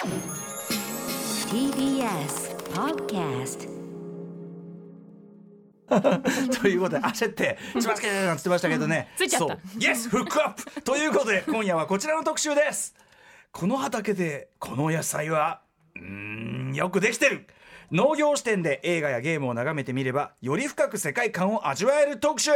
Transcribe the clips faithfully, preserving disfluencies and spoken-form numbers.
ティービーエス Podcast ということで焦ってしばつけなんつってましたけどね、 ついちゃった。 そう Yes フックアップということで今夜はこちらの特集です。この畑でこの野菜はうーんよくできてる。農業視点で映画やゲームを眺めてみればより深く世界観を味わえる特集。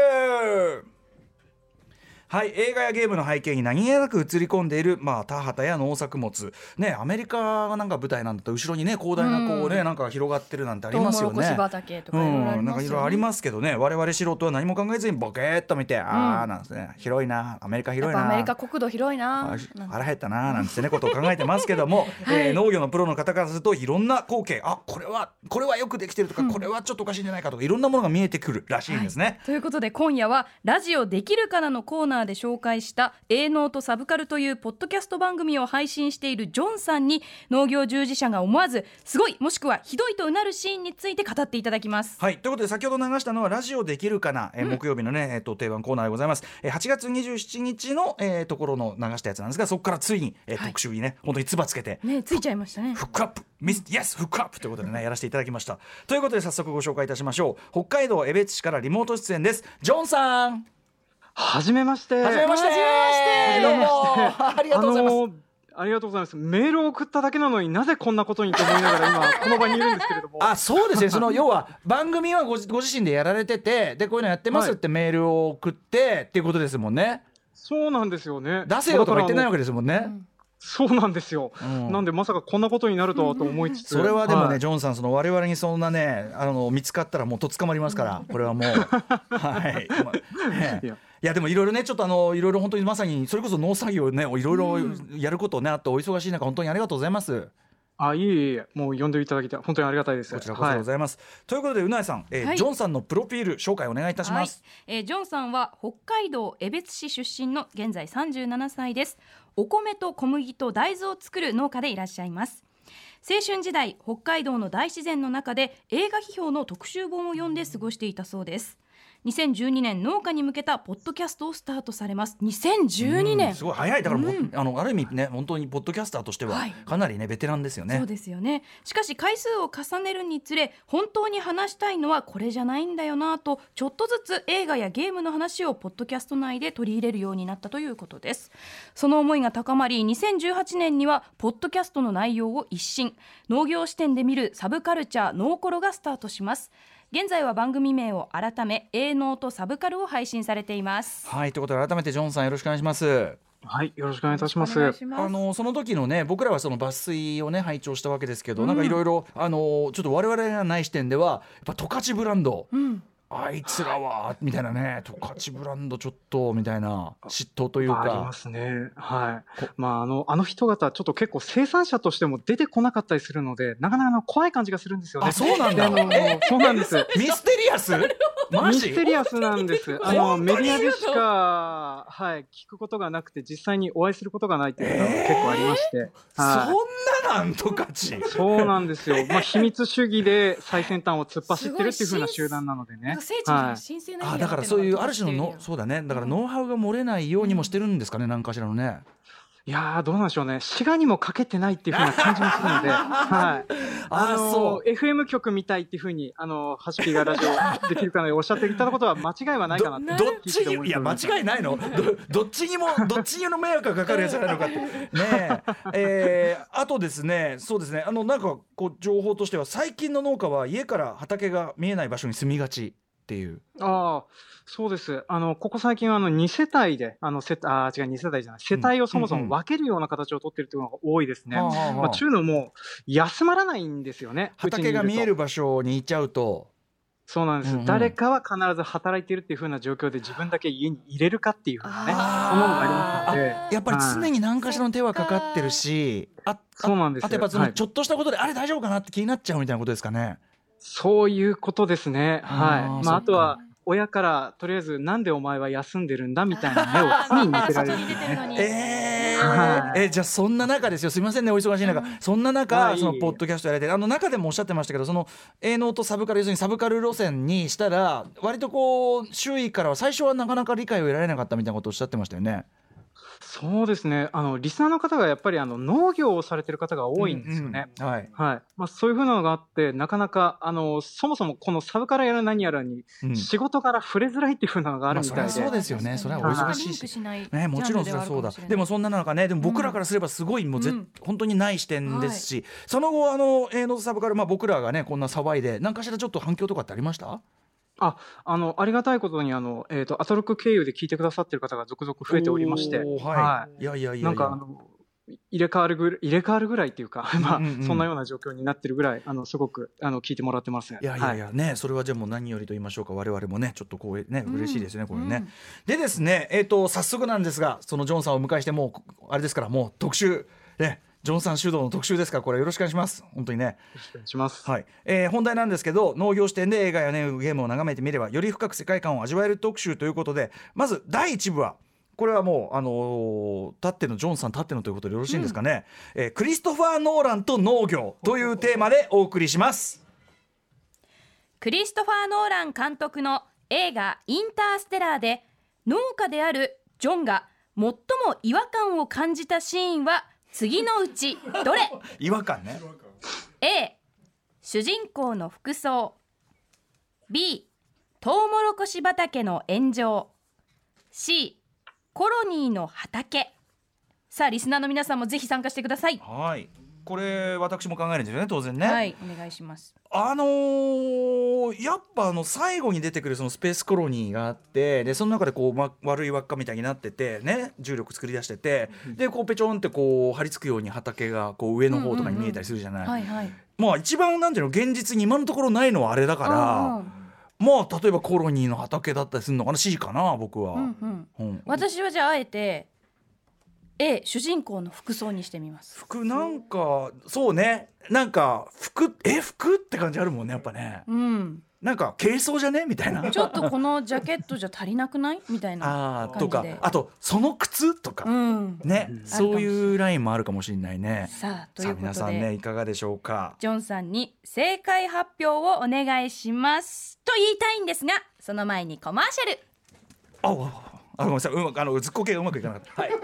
はい、映画やゲームの背景に何気なく映り込んでいる、まあ、田畑や農作物、ね、アメリカがなんか舞台なんだと後ろにね広大なこう、ね、なんか広がってるなんてありますよね。 トウモロコシ畑とかいろいろありますよね。 うん、なんかいろいろありますけどね、我々素人は何も考えずにボケーっと見て、うん、ああなんですね、広いな、アメリカ広いな、 やっぱアメリカ国土広いな、 腹減ったななんてねことを考えてますけども、はい、えー、農業のプロの方からするといろんな光景、あこれはこれはよくできてるとか、うん、これはちょっとおかしいんじゃないかとかいろんなものが見えてくるらしいんですね、はい、 ということで今夜はラジオできるかなのコーナーで紹介した営農とサブカルというポッドキャスト番組を配信しているジョンさんに農業従事者が思わずすごいもしくはひどいとうなるシーンについて語っていただきます。 はい、ということで先ほど流したのはラジオできるかな、えー、木曜日のね、えー、と定番コーナーでございます、えー、はちがつにじゅうしちにちの、えー、ところの流したやつなんですが、そこからついに、えーはい、特集にね本当につばつけて、 ね、ついちゃいましたね。 フックアップミスイエスフックアップということでねやらせていただきました。ということで早速ご紹介いたしましょう。北海道江別市からリモート出演です。ジョンさん。 はじめまして。 はじめまして。 どうもありがとうございます。 あのー、ありがとうございます。メールを送っただけなのになぜこんなことにと思いながら今この場にいるんですけれども。 あ、そうですね。その要は番組は ご, ご自身でやられてて、でこういうのやってますってメールを送って、はい、っていうことですもんね。 そうなんですよね。 出せよとか言ってないわけですもんね。うん、 そうなんですよ、うん、なんでまさかこんなことになるとはと思いつつ、 それはでもね、はい、ジョンさんその我々にそんなねあの見つかったらもうと捕まりますから、これはもうはい、まあね、いやいやでもいろいろねちょっとあのいろいろ本当にまさにそれこそ農作業ねいろいろやることをねあってお忙しい中本当にありがとうございます。 あ、いえいえ、もう呼んでいただきて本当にありがたいです。 こちらこそでございます、はい、ということでうなえさん、えーはい、ジョンさんのプロフィール紹介お願いいたします。 はい、えー、ジョンさんは北海道江別市出身の現在さんじゅうななさいです。お米と小麦と大豆を作る農家でいらっしゃいます。青春時代北海道の大自然の中で映画批評の特集本を読んで過ごしていたそうです。にせんじゅうにねん農家に向けたポッドキャストをスタートされます。にせんじゅうにねん、 すごい早い。だからもう、うん、あのある意味ね本当にポッドキャスターとしてはかなりね、はい、ベテランですよね。 そうですよね。しかし回数を重ねるにつれ本当に話したいのはこれじゃないんだよなとちょっとずつ映画やゲームの話をポッドキャスト内で取り入れるようになったということです。その思いが高まりにせんじゅうはちねんにはポッドキャストの内容を一新、農業視点で見るサブカルチャーノーコロがスタートします。現在は番組名を改め営農とサブカルを配信されています。 はい、ということで改めてジョンさんよろしくお願いします。 はい、よろしくお願いいたします。 あのその時のね僕らはその抜粋をね拝聴したわけですけど、うん、なんかいろいろあのちょっと我々がない視点ではやっぱ十勝ブランド、うん、あいつらはみたいなね、十勝ブランドちょっとみたいな嫉妬というかありますね。はい。まああのあの人方ちょっと結構生産者としても出てこなかったりするのでなかなかの怖い感じがするんですよね。 あ、そうなんだ。 えそうなんです。 ミステリアス？マジ？ ミステリアスなんです。あのメディアでしかはい聞くことがなくて実際にお会いすることがないっていうのが結構ありまして。 えーはい、そんななん十勝？ そうなんですよ。まあ秘密主義で最先端を突っ走ってるっていう風な集団なのでね。 聖地の神聖な意味、 はい、あだからそういうある種ののそうだね、だからノウハウが漏れないようにもしてるんですかね、何かしらのね。 いやーどうなんでしょうね。滋賀にもかけてないっていう風な感じもするので、はい。あのそう エフエム 局みたいっていう風にあのハシピがラジオできるかなでおっしゃっていたことは間違いはないかなって。 どどっちにいや間違いないの？ど, どっちにもどっちにの迷惑がかかるやつじゃないのかってねえ。えー、あとですね、そうですね、あのなんかこう情報としては最近の農家は家から畑が見えない場所に住みがちっていう。 ああ、そうです。あのここ最近はあのに世帯であのせあ違うに世帯じゃない世帯をそもそも分けるような形を取ってるというのが多いですね。うんうん、まあ、ちゅうのも休まらないんですよね。 畑が見える場所に行っちゃうと。 そうなんです、うんうん、誰かは必ず働いているっていう風な状況で自分だけ家に入れるかっていう風なね、そんなのがありますので、 やっぱり常に何かしらの手はかかってるし、はい、あ, そうなんですよ。 あとやっぱそのちょっとしたことで、はい、あれ大丈夫かなって気になっちゃうみたいなことですかね。 そういうことですね。はい。あ、まあ、あとは親からとりあえずなんでお前は休んでるんだみたいな目を常に見せられる、 ね。えーはい、えじゃあそんな中ですよ、すみませんねお忙しい中、うん、そんな中そのポッドキャストやられて、あの中でもおっしゃってましたけど、その営農とサブカル、要するにサブカル路線にしたら割とこう周囲からは最初はなかなか理解を得られなかったみたいなことをおっしゃってましたよね。 そうですね、あのリスナーの方がやっぱりあの農業をされてる方が多いんですよね。 うんうん、はいはい。まあ、そういうふうなのがあって、なかなかあのそもそもこのサブからやら何やらに、うん、仕事から触れづらいっていうふうなのがあるみたいで、まあ、 それはそうですよね。それはお忙しいし、ね、もちろんそれはそうだ。でもそんな中ね、でも僕らからすればすごいもうぜ、うん、本当にない視点ですし、はい、その後あの営農サブから、まあ、僕らがねこんな騒いで何かしらちょっと反響とかってありました？ ああのありがたいことにあの、えーと、アトロック経由で聞いてくださってる方が続々増えておりまして、はいはい、いやいやいやいや、 なんかあの入れ替わるぐらい入れ替わるぐらいっていうか、まあ、うんうんうん、そんなような状況になってるぐらいあのすごくあの聞いてもらってます。 いやいやいや、はい、ね、それはじゃあもう何よりと言いましょうか、我々もねちょっとこうね嬉しいですね、うん、これね、うん、でですね、えーと早速なんですが、そのジョンさんをお迎えしてもうあれですから、もう特集ね、ジョンさん主導の特集ですから、これよろしくお願いします。本当にね、よろしくお願いします。 はい、えー、本題なんですけど、農業視点で映画や、ね、ゲームを眺めてみればより深く世界観を味わえる特集ということで、まずだいいち部はこれはもうあのー、たってのジョンさんたってのということでよろしいんですかね、うん、えー、クリストファー・ノーランと農業というテーマでお送りします。 クリストファー・ノーラン監督の映画インターステラーで農家であるジョンが最も違和感を感じたシーンは次のうちどれ？ 違和感ね。 A 主人公の服装、 B トウモロコシ畑の炎上、 C コロニーの畑。さあリスナーの皆さんもぜひ参加してください。 はい、これ私も考えるんですよね、当然ね。 はい、お願いします。 あのー、やっぱあの最後に出てくるそのスペースコロニーがあって、でその中でこう、ま、悪い輪っかみたいになっててね、重力作り出してて、うん、でこうペチョンってこう張り付くように畑がこう上の方とかに見えたりするじゃない。まあ一番なんていうの現実に今のところないのはあれだから、まあ例えばコロニーの畑だったりするのかな、 C かな僕は、うんうんうん、私はじゃああえてA 主人公の服装にしてみます。 服なんかそうね、なんか服え服って感じあるもんねやっぱね、うん、なんか軽装じゃねみたいな、 ちょっとこのジャケットじゃ足りなくないみたいな感じで、あとかあとその靴とか、うん、ね、うん、そういうラインもあるかもしれないね。 さあということで皆さんねいかがでしょうか。 ジョンさんに正解発表をお願いしますと言いたいんですが、その前にコマーシャル。 ああ、ごめんなさい、うまくあのずっこけがうまくいかなかった。はい。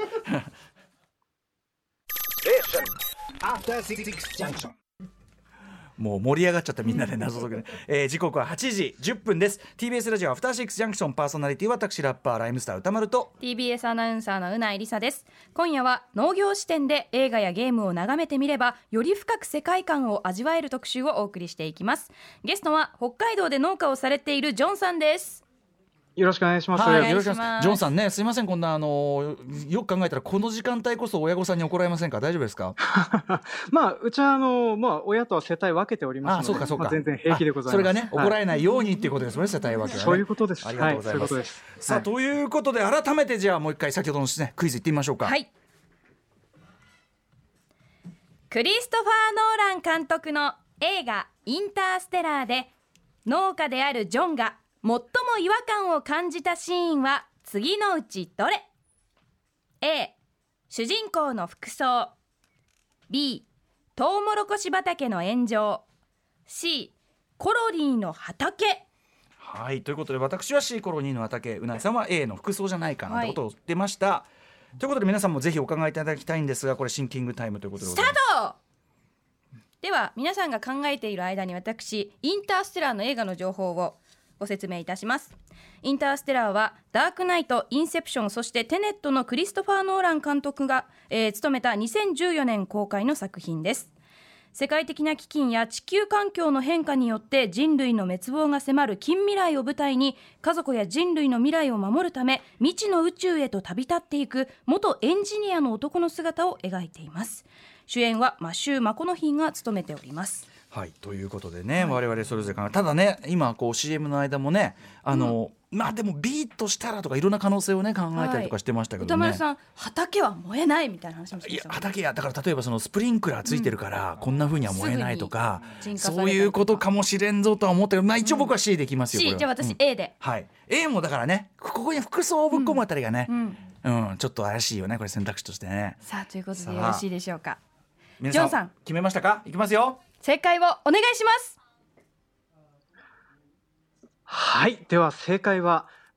もう盛り上がっちゃったみんなで謎解きね、えー、時刻ははちじじゅっぷんです。 ティービーエス ラジオアフターシックスジャンクション、パーソナリティは私ラッパーライムスター歌丸とティービーエス アナウンサーのうないりさです。今夜は農業視点で映画やゲームを眺めてみればより深く世界観を味わえる特集をお送りしていきます。ゲストは北海道で農家をされているジョンさんです。 よろしくお願いします。 はい、よろしくお願いします。ジョンさんね、すいません、こんなあのよく考えたらこの時間帯こそ親御さんに怒られませんか？大丈夫ですか？ まあうちはあの、まあ、親とは世帯分けておりますので、あ、そうかそうか、まあ、全然平気でございます。それがね、怒られないようにっていうことですね、はい、世帯分けはね。 そういうことです。 ありがとうございます。はい、そういうことです。さあ、はい、ということで改めてじゃあもう一回先ほどの、ね、クイズいってみましょうか。 はい。クリストファー・ノーラン監督の映画インターステラーで農家であるジョンが最も違和感を感じたシーンは次のうちどれ？ A 主人公の服装、 B トウモロコシ畑の炎上、 C コロニーの畑。 はい、ということで私は C コロニーの畑、うなぎさんは A の服装じゃないかなということを言ってました、はい、ということで皆さんもぜひお考えいただきたいんですが、これシンキングタイムということでスタート。では皆さんが考えている間に私インターステラーの映画の情報をご説明いたします。インターステラーはダークナイト、インセプション、そしてテネットのクリストファー・ノーラン監督が、えー、務めたにせんじゅうよねん公開の作品です。世界的な飢饉や地球環境の変化によって人類の滅亡が迫る近未来を舞台に、家族や人類の未来を守るため未知の宇宙へと旅立っていく元エンジニアの男の姿を描いています。主演はマシュー・マコノヒーが務めております。 はい、ということでね、はい、我々それぞれ考え、ただね今こう シーエム の間もねあの、うん、まあでも B としたらとかいろんな可能性をね考えたりとかしてましたけどね、 歌丸さん畑は燃えないみたいな話もしてました。 いや畑やだから例えばそのスプリンクラーついてるから、うん、こんな風には燃えないとか、そういうことかもしれんぞとは思ったけど、まあ、一応僕は C できますよ、うん、 C じゃあ私 A で、 うん、はい、A もだからねここに服装をぶっ込むあたりがね、うんうんうん、ちょっと怪しいよねこれ選択肢としてね。 さあということでよろしいでしょうか。 皆さん、ジョンさん決めましたか？いきますよ。 正解をお願いします。 はい、では正解は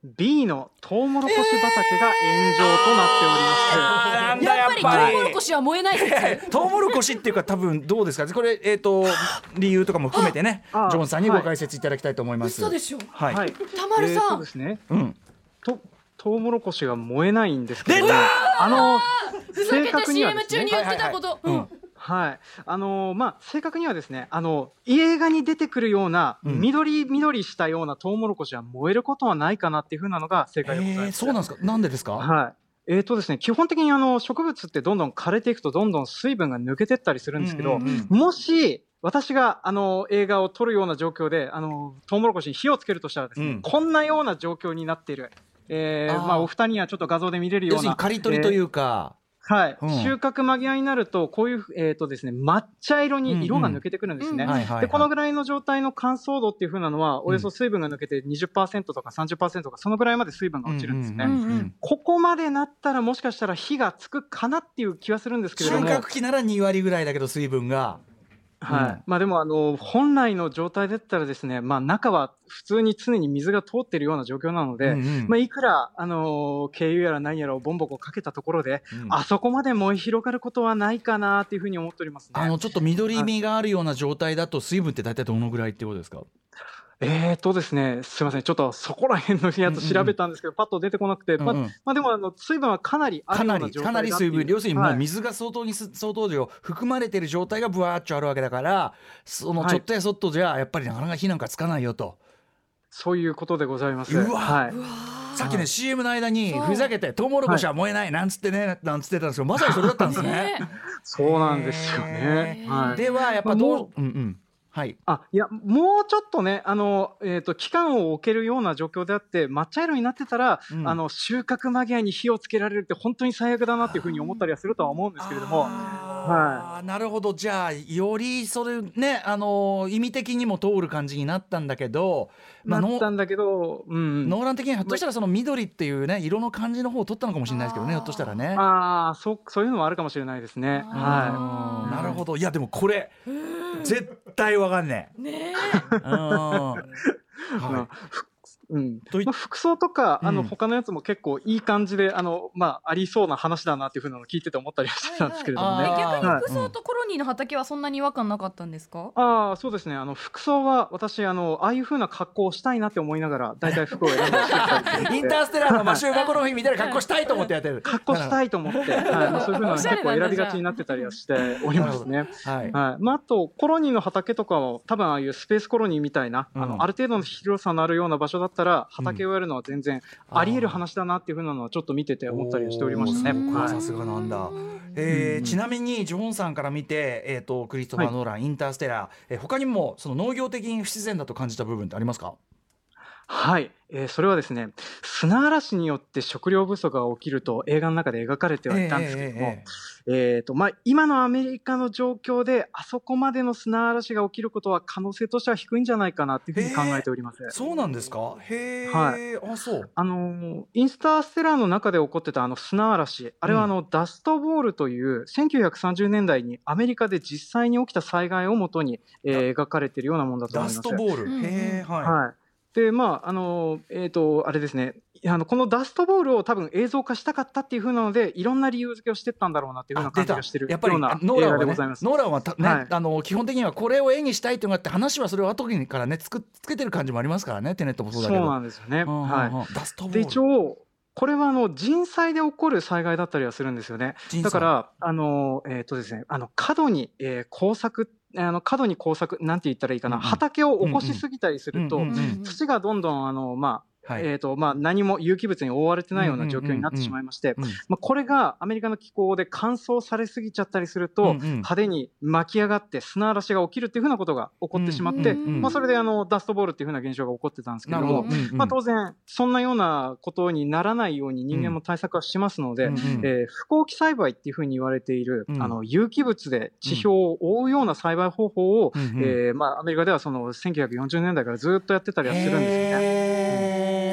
B のトウモロコシ畑が炎上となっております、 あーなんだやっぱりトウモロコシは燃えない説。 トウモロコシっていうか多分どうですかこれ、えー、と理由とかも含めてねジあョンさんにご解説いただきたいと思います。 嘘でしょ。 はい、 はい、 たまるさんえーとですね、 うん、 とトウモロコシが燃えないんですけど、 出たあのふざけて シーエムですね中に言ってたこと。 うんうんはい、あのーまあ、正確にはですね、あの映画に出てくるようなうん緑緑したようなトウモロコシは燃えることはないかなっていう風なのが正解でございます。 えー、そうなんですかなんでですか。 はい。えーとですね、基本的にあの植物ってどんどん枯れていくとどんどん水分が抜けてったりするんですけど、 うんうんうんもし私があの映画を撮るような状況であのトウモロコシに火をつけるとしたらですね、 うんこんなような状況になっている、えーあーまあ、お二人にはちょっと画像で見れるような要するに刈り取りというか、 はい、 うん収穫間際になるとこういう、えーとですね、抹茶色に色が抜けてくるんですね、 うんうんはいはいはいでこのぐらいの状態の乾燥度っていう風なのはおよそ水分が抜けて にじゅっパーセント とか さんじゅっパーセント とかそのぐらいまで水分が落ちるんですね、 ううううんここまでなったらもしかしたら火がつくかなっていう気はするんですけれ収ども、 穫期ならに割ぐらいだけど水分が、 はいうんまあ、でもあの本来の状態だったらですね、まあ、中は普通に常に水が通っているような状況なので、 うんうんまあ、いくら、あの軽油やら何やらをボンボコかけたところで、 うんあそこまで燃え広がることはないかなというふうに思っておりますね。 あのちょっと緑みがあるような状態だと水分って大体どのぐらいってことですか。 えーとですね、すみません、ちょっとそこら辺のやつ調べたんですけど、パッと出てこなくて、まあうんうんまあ、でもあの水分はかなりあかるような状態なりかなり水分、要するにもはいう水が相当にす相当量含まれている状態がブワーッとあるわけだからそのはいちょっとやそっとじゃやっぱりなかなか火なんかつかないよと、 そういうことでございます。 うわはいさっきね シーエム の間にそうふざけてトウモロコシは燃えないなんつってねなんつってたんですけどまさにそれだったんですね。 ねそうなんですよね。 へーはいではやっぱどう、うんうんはいあいやもうちょっとね、あのえー、と期間を置けるような状況であって抹茶色になってたら、 うんあの収穫間際に火をつけられるって本当に最悪だなっていうふうに思ったりはするとは思うんですけれども、 あーなるほどじゃあよりそれねあの意味的にも通る感じになったんだけど、まあ、 なノったんだけど、うんうん、 ノーラン的にはひょっとしたらその緑っていうね色の感じの方を取ったのかもしれないですけどねひょっとしたらね。 ああそうそういうのもあるかもしれないですね。 あはうんなるほどいやでもこれ絶対わかんねねえ。うんはい。まあふうんといまあ、服装とかあのうん他のやつも結構いい感じで、あのまあ、ありそうな話だなっていうふうなのを聞いてて思ったりはしてたんですけれどもね。 はいはいあー逆に服装とコロニーの畑はそんなに違和感なかったんですか。 ああそうですね、あの服装は私あのああいう風な格好をしたいなって思いながら大体服を選んだりしてたりするのでインターステラーのマシュー・マコロフィーみたいな格好したいと思ってやってる。 格好したいと思って、はいまあ、そういう風なの結構選びがちになってたりはしておりますね。 はいはいまあ、あとコロニーの畑とかも多分ああいうスペースコロニーみたいな、 うんあのある程度の広さのあるような場所だったら畑をやるのは全然あり得る話だなっていう風なのはちょっと見てて思ったりはしておりましたね。はいおーさすがなんだ。えーうんちなみにジョンさんから見て、えー、とクリストファー・ノーラン、インターステラー、えー他にもその農業的に不自然だと感じた部分ってありますか。 はい、えーそれはですね、砂嵐によって食料不足が起きると映画の中で描かれてはいたんですけども、 ええーとまあ、今のアメリカの状況であそこまでの砂嵐が起きることは可能性としては低いんじゃないかなというふうに考えております。 そうなんですか。へえ、 はあそう。 あのーインスターステラーの中で起こってたあの砂嵐、あれはあの、ダストボールというせんきゅうひゃくさんじゅうねんだいにアメリカで実際に起きた災害をもとに、えー描かれているようなものだと思ダいます。 ストボール。 うんへえ、はい。 はい。で、まあ、あの、えっ、と、あれですね。あの、このダストボールを多分映像化したかったっていう風なので、いろんな理由付けをしてったんだろうなっていう風なあ出た感じがしてるやっぱりような映ノーランはね画でございます。 ノーランはた、ねはいあの基本的にはこれを絵にしたいというのがあって話はそれを後にからねつくつけてる感じもありますからねテネットもそうだけど。 そうなんですよね。 うんうんうんはダストボーい。で、 ル。 一応、これはあの人災で起こる災害だったりはするんですよね。 人災だから、あの、えっ、とですね、あの、過度に、えー工作、あの、過度に工作、なんて言ったらいいかな、 うんうん畑を起こしすぎたりすると、 うんうんうん土がどんどん、あの、まあ、 はいえーとまあ、何も有機物に覆われてないような状況になってしまいまして、 うんまあ、これがアメリカの気候で乾燥されすぎちゃったりすると、 うんうん派手に巻き上がって砂嵐が起きるっていうふうなことが起こってしまって、 うんうんまあ、それであのダストボールっていうふうな現象が起こってたんですけなるほど。 ども、 うんうんまあ、当然そんなようなことにならないように人間も対策はしますので、 うんうんえー不耕起栽培っていうふうに言われている、 うんあの有機物で地表を覆うような栽培方法を、 うんうんえーまあ、アメリカではそのせんきゅうひゃくよんじゅうねんだいからずっとやってたりはするんですよね。 へー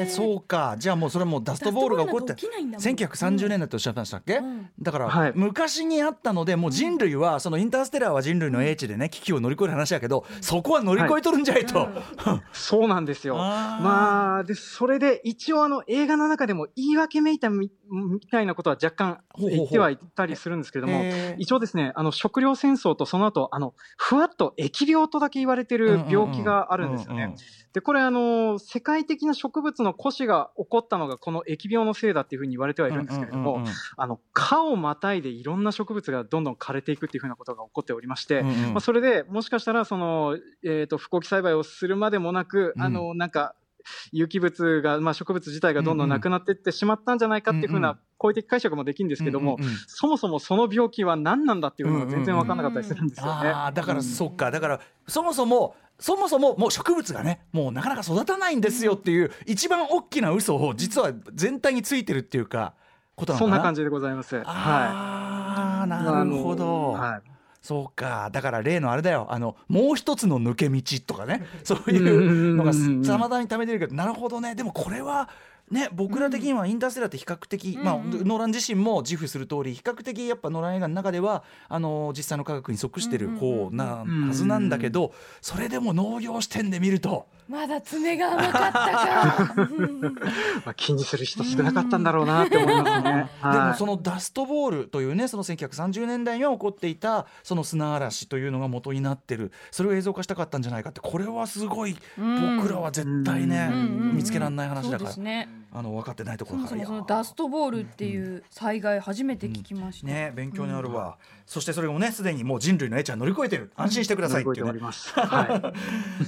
えー、そうか。じゃあもうそれもダストボールが起こってせんきゅうひゃくさんじゅうねんだっておっしゃってましたっけ、うん、だから、はい、昔にあったのでもう人類はそのインターステラーは人類の英知でね危機を乗り越える話だけど、そこは乗り越えとるんじゃいと、はいうん、そうなんですよ。あまあでそれで一応あの映画の中でも言い訳めいた み, みたいなことは若干言ってはいたりするんですけれども、一応ですねあの食糧戦争とその後あのふわっと疫病とだけ言われてる病気があるんですよね。でこれあの世界的な植物の枯死が起こったのがこの疫病のせいだっていうふうに言われてはいるんですけれども、あの科をまたいでいろんな植物がどんどん枯れていくっていうふうなことが起こっておりまして、うんうんまあ、それでもしかしたらその、えーと、不耕起栽培をするまでもなく、うん、あのなんか有機物が、まあ、植物自体がどんどんなくなっていってしまったんじゃないかっていうふうな好意的解釈もできるんですけども、うんうんうん、そもそもその病気は何なんだっていうのが全然分からなかったりするんですよね。 うんうんうん、あだから、うん、そっかだからそもそもそもそももう植物がねもうなかなか育たないんですよっていう一番大きな嘘を実は全体についてるっていうかことなのかな。 そんな感じでございます。 ああ、なるほど、はい、そうかだから例のあれだよあのもう一つの抜け道とかねそういうのがさまざまにためてるけどなるほどね。でもこれはね、僕ら的にはインターステラーって比較的、うんまあ、ノーラン自身も自負する通り比較的やっぱノーラン映画の中ではあの実際の科学に即してる方なはずなんだけど、それでも農業視点で見るとまだ爪が甘かったかまあ気にする人少なかったんだろうなって思いますねでもそのダストボールというねそのせんきゅうひゃくさんじゅうねんだいには起こっていたその砂嵐というのが元になってるそれを映像化したかったんじゃないかってこれはすごい僕らは絶対ね見つけられない話だから、ね、あの分かってないところからそもそもそのダストボールっていう災害初めて聞きました、 うんうん、ね勉強になるわ、うん、そしてそれもねすでにもう人類の英知は乗り越えてる安心してくださいっていう、ね、 乗り越えております、はい、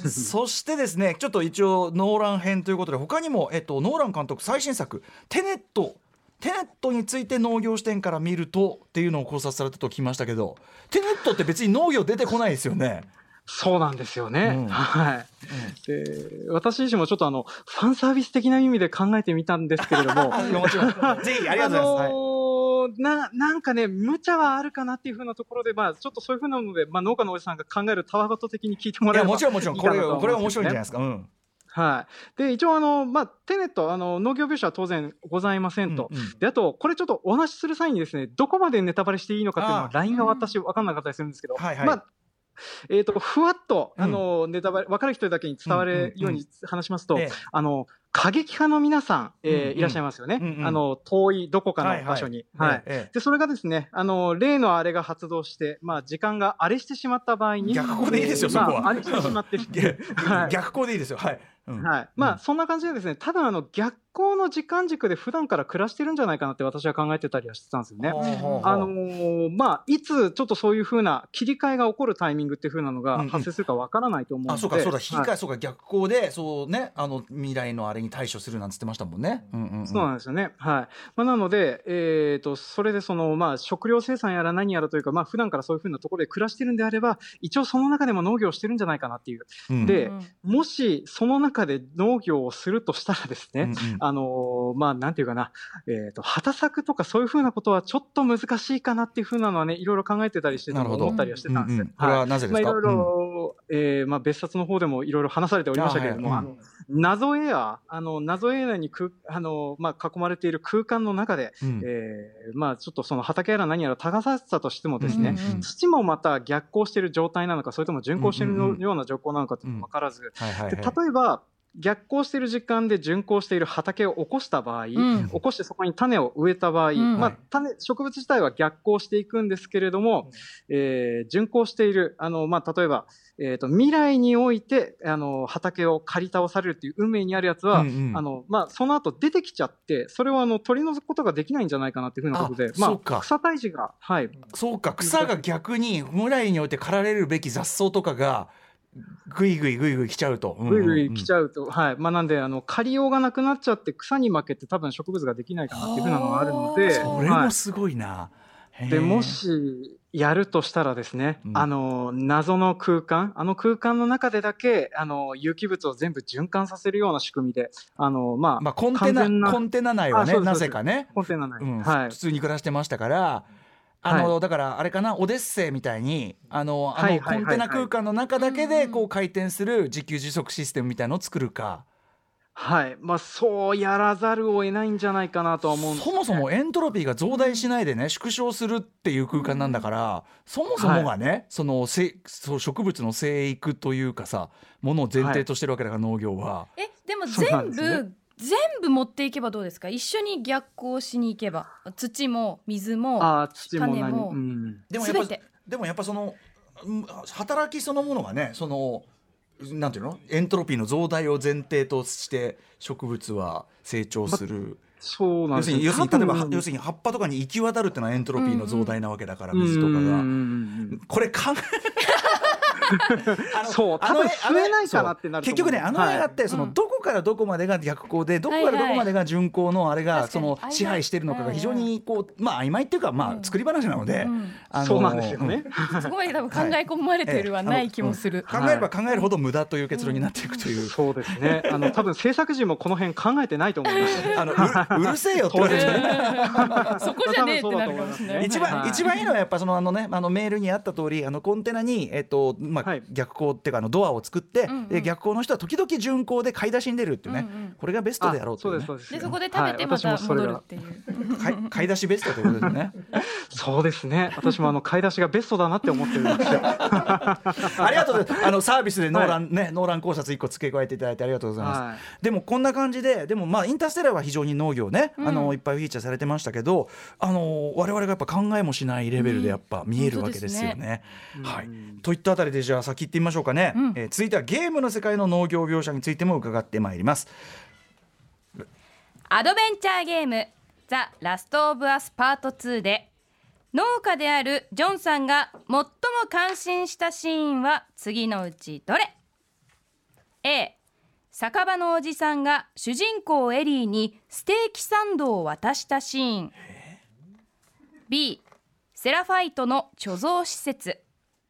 そしてですねちょっと一応ノーラン編ということで他にも、えっと、ノーラン監督最新作テネットテネットについて農業視点から見るとっていうのを考察されたと聞きましたけどテネットって別に農業出てこないですよね。 そうなんですよね、うんはいうん、で私自身もちょっとあのファンサービス的な意味で考えてみたんですけれどももちろんぜひありがとうございます、あのーはい、な, なんかね無茶はあるかなっていうふうなところで、まあ、ちょっとそういうふうなので、まあ、農家のおじさんが考えるたわごと的に聞いてもらえればいいかなと思うんですよね。 いやもちろんもちろんこれこれは面白いんじゃないですか、うんはい、で一応あの、まあ、テネットあの農業描写は当然ございませんと、うんうん、であとこれちょっとお話しする際にですねどこまでネタバレしていいのかっていうのは ライン が私分かんなかったりするんですけど、はいはいまあえー、とふわっと、うん、あのネタバレ分かる人だけに伝わるように話しますと、うんうんうん、あの過激派の皆さん、えーうんうん、いらっしゃいますよね、うんうん、あの遠いどこかの場所に、はいはいはい、でそれがですねあの例のあれが発動して、まあ、時間が荒れしてしまった場合に逆光でいいですよ、そこは、 まあ、荒れしてしまってはい、逆光でいいですよ、はいうんはいまあうん、そんな感じでですねただあの逆光の時間軸で普段から暮らしてるんじゃないかなって私は考えてたりはしてたんですよね。あのー、まあいつちょっとそういう風な切り替えが起こるタイミングっていう風なのが発生するかわからないと思うので、うんうん、あそうかそうだ引き換え、はい、そうか逆光でそうねあの未来のあれに対処するなんつってましたもんね、うんうんうん、 そうなんですよね、はいまあ、なので、えー、とそれでその、まあ、食料生産やら何やらというか、まあ普段からそういう風なところで暮らしてるんであれば一応その中でも農業をしてるんじゃないかなっていう、うん、でもしその中で農業をするとしたらですね、うんうん、あのまあなんていうかな、えー、と畑作とかそういうふうなことはちょっと難しいかなっていうふうなのはねいろいろ考えてたりしてた思ったりはしてたんです、うんうん、 これはなぜですか。 いろいろ、えーまあ、別冊の方でもいろいろ話されておりましたけれども、あ、はいうん、あの謎エアあの謎エアにくあの、まあ、囲まれている空間の中で、うんえーまあ、ちょっとその畑やら何やら耕させたとしてもですね、うんうんうん、土もまた逆行している状態なのかそれとも巡行しているような状況なのかっていうのが分からず、で例えば逆行している時間で巡行している畑を起こした場合、うん、起こしてそこに種を植えた場合、うんまあ、種植物自体は逆行していくんですけれども、うんえー、巡行しているあの、まあ、例えば、えーと、未来においてあの畑を刈り倒されるっていう運命にあるやつは、うんうんあのまあ、その後出てきちゃってそれをあの取り除くことができないんじゃないかなっていうふうなことで、まあ、草退治が、はい、 そうか草が逆に未来において刈られるべき雑草とかがぐいぐいぐいぐい来ちゃうと、 ぐいぐい来ちゃうと、はい、まあなんであの刈りようがなくなっちゃって草に負けて多分植物ができないかなっていうふうなのがあるので、 それもすごいな、 はい、でもしやるとしたらですね、うん、あの謎の空間あの空間の中でだけあの有機物を全部循環させるような仕組みであの、まあまあ、コンテナコンテナ内はねなぜかねコンテナ内、 うんはい、普通に暮らしてましたからあのはい、だからあれかなオデッセイみたいにあのあのコンテナ空間の中だけでこう回転する自給自足システムみたいなのを作るか、 はい、まあ、そうやらざるを得ないんじゃないかなとは思うんです、ね、 そもそもエントロピーが増大しないでね縮小するっていう空間なんだから、そもそもがね、はい、そのせそう植物の生育というかさものを前提としてるわけだから、はい、農業は。 えでも全部全部持っていけばどうですか。一緒に逆行しに行けば土も水もあ土も種も、 うん、 でもやっぱでもやっぱその働きそのものがねそのなんていうのエントロピーの増大を前提として植物は成長する、ま、 そうなんですね。 要するに例えば要するに葉っぱとかに行き渡るっていうのはエントロピーの増大なわけだから、うんうん、水とかがこれ考えそう多分増えないかなってなると結局ねあの映画って、はい、そのどこからどこまでが逆行でどこからどこまでが順行のあれがその支配してるのかが非常にこうまあ曖昧っていうかまあ作り話なので、 うんあのそうなんですよね、 うん、そこまで多分考え込まれてるはない気もする、 はい、考えれば考えるほど無駄という結論になっていくという、 うん、そうですね。あの多分制作陣もこの辺考えてないと思いますあの う, うるせえよって言われてそこじゃねえってなるかもしれない。 一番、はい、一番いいのはやっぱそのあのねあのメールにあった通りあのコンテナにえっとまあ、はい、逆行っていうかあのドアを作って、うんうん、で逆行の人は時々順行で買い出しに出るっていうね、うんうん、これがベストであろうという、ね、 そうですそうです。でそこで食べてまた戻るっていう、 はい、買い出しベストということですねそうですね。私もあの買い出しがベストだなって思ってるんですよありがとうございます。あのサービスでノーラン、はい、ねノーラン考察いっこ付け加えていただいてありがとうございます、はい、でもこんな感じででもまあインターステラーは非常に農業ね、うん、あのいっぱいフィーチャーされてましたけどあの我々がやっぱ考えもしないレベルでやっぱ見えるわけですよね、うんねはい、といったあたりでじゃあ先行ってみましょうかね、うんえー、続いてはゲームの世界の農業描写についても伺ってまいります。 アドベンチャーゲームザ・ラスト・オブ・アスパートツーで農家であるジョンさんが最も感心したシーンは次のうちどれ？ A 酒場のおじさんが主人公エリーにステーキサンドを渡したシーン。 B セラファイトの貯蔵施設。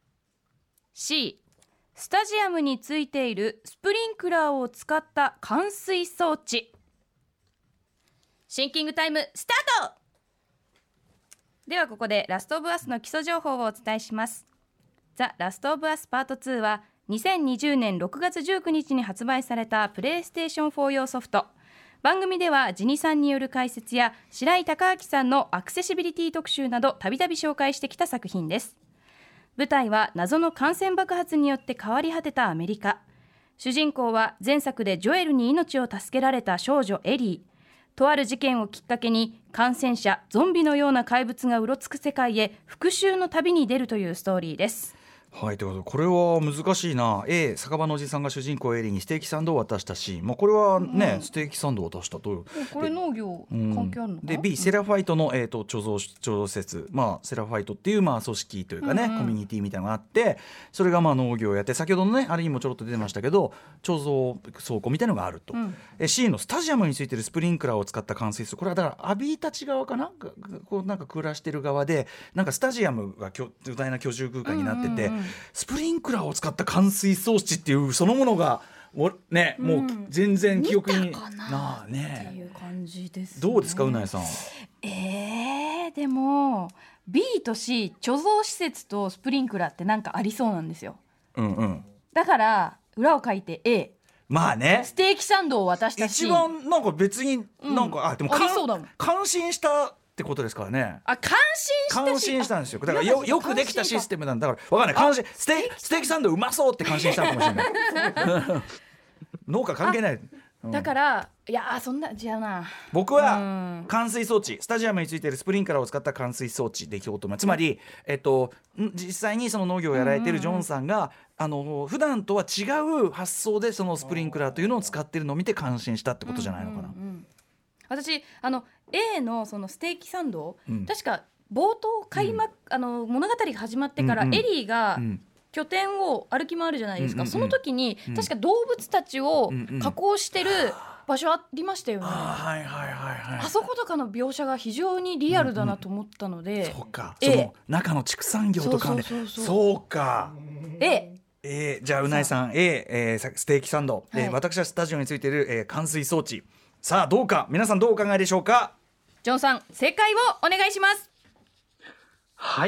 C スタジアムについているスプリンクラーを使った冠水装置。シンキングタイムスタート。ではここでラストオブアスの基礎情報をお伝えします。ザ・ラストオブアスパートツーはにせんにじゅうねんろくがつじゅうくにちに発売されたプレイステーションフォー用ソフト。番組ではジニさんによる解説や白井孝明さんのアクセシビリティ特集などたびたび紹介してきた作品です。舞台は謎の感染爆発によって変わり果てたアメリカ。主人公は前作でジョエルに命を助けられた少女エリー。とある事件をきっかけに感染者ゾンビのような怪物がうろつく世界へ復讐の旅に出るというストーリーです。 はい、ということでこれは難しいな。 A 酒場のおじさんが主人公エリーにステーキサンドを渡したシーン、まあ、これはね、うん、ステーキサンドを渡したとこれ農業関係あるのかな、 うん、で B セラファイトの、えー、と貯蔵貯蔵施設、まあ、セラファイトっていう、まあ、組織というかね、うんうん、コミュニティみたいなのがあってそれがまあ農業をやって先ほどのねあれにもちょろっと出てましたけど貯蔵倉庫みたいなのがあると、うん、え C のスタジアムについてるスプリンクラーを使った冠水これはだからアビーたち側かなこうなんか暮らしてる側でなんかスタジアムが巨大な居住空間になってて、うんうんうん、スプリンクラーを使った冠水装置っていうそのものがね、うん、もう全然記憶になあねっていう感じですね。 どうですかうなえさん。 えー、でも B と C 貯蔵施設とスプリンクラーってなんかありそうなんですよ、 うんうん、 だから裏を書いて A。 まあねステーキサンドを渡したシーン一番なんか別になんか、うん、あでもありそうだもん。 感心したってことですからね。 あ感心した感心したんですよ。だから よ, よくできたシステムなんだから分かんない感心ステステーキサンドうまそうって感心したかもしれない農家関係ない、うん、 だからいやそんな違うな。 僕は冠水装置スタジアムについているスプリンクラーを使った冠水装置でいこうと思います。つまり、えっと、実際にその農業をやられているジョンさんが、うんうんうん、あの普段とは違う発想でそのスプリンクラーというのを使っているのを見て感心したってことじゃないのかな、うんうんうん、 私あの A のそのステーキサンド、うん、確か冒頭開幕、うん、あの物語が始まってから、うんうん、エリーが拠点を歩き回るじゃないですか、うんうんうん、その時に、うん、確か動物たちを加工してる場所ありましたよね、うんうん、あ, はいはいはいはい、あそことかの描写が非常にリアルだなと思ったので、うんうん、 そうか、その中の畜産業とかね、そうそうそうそう、そうか A A じゃあうないさん A、えー、ステーキサンド、はい、えー、私はスタジオについている、えー、冠水装置、さあどうか皆さんどうお考えでしょうか。 ジョンさん正解をお願いします。 はい、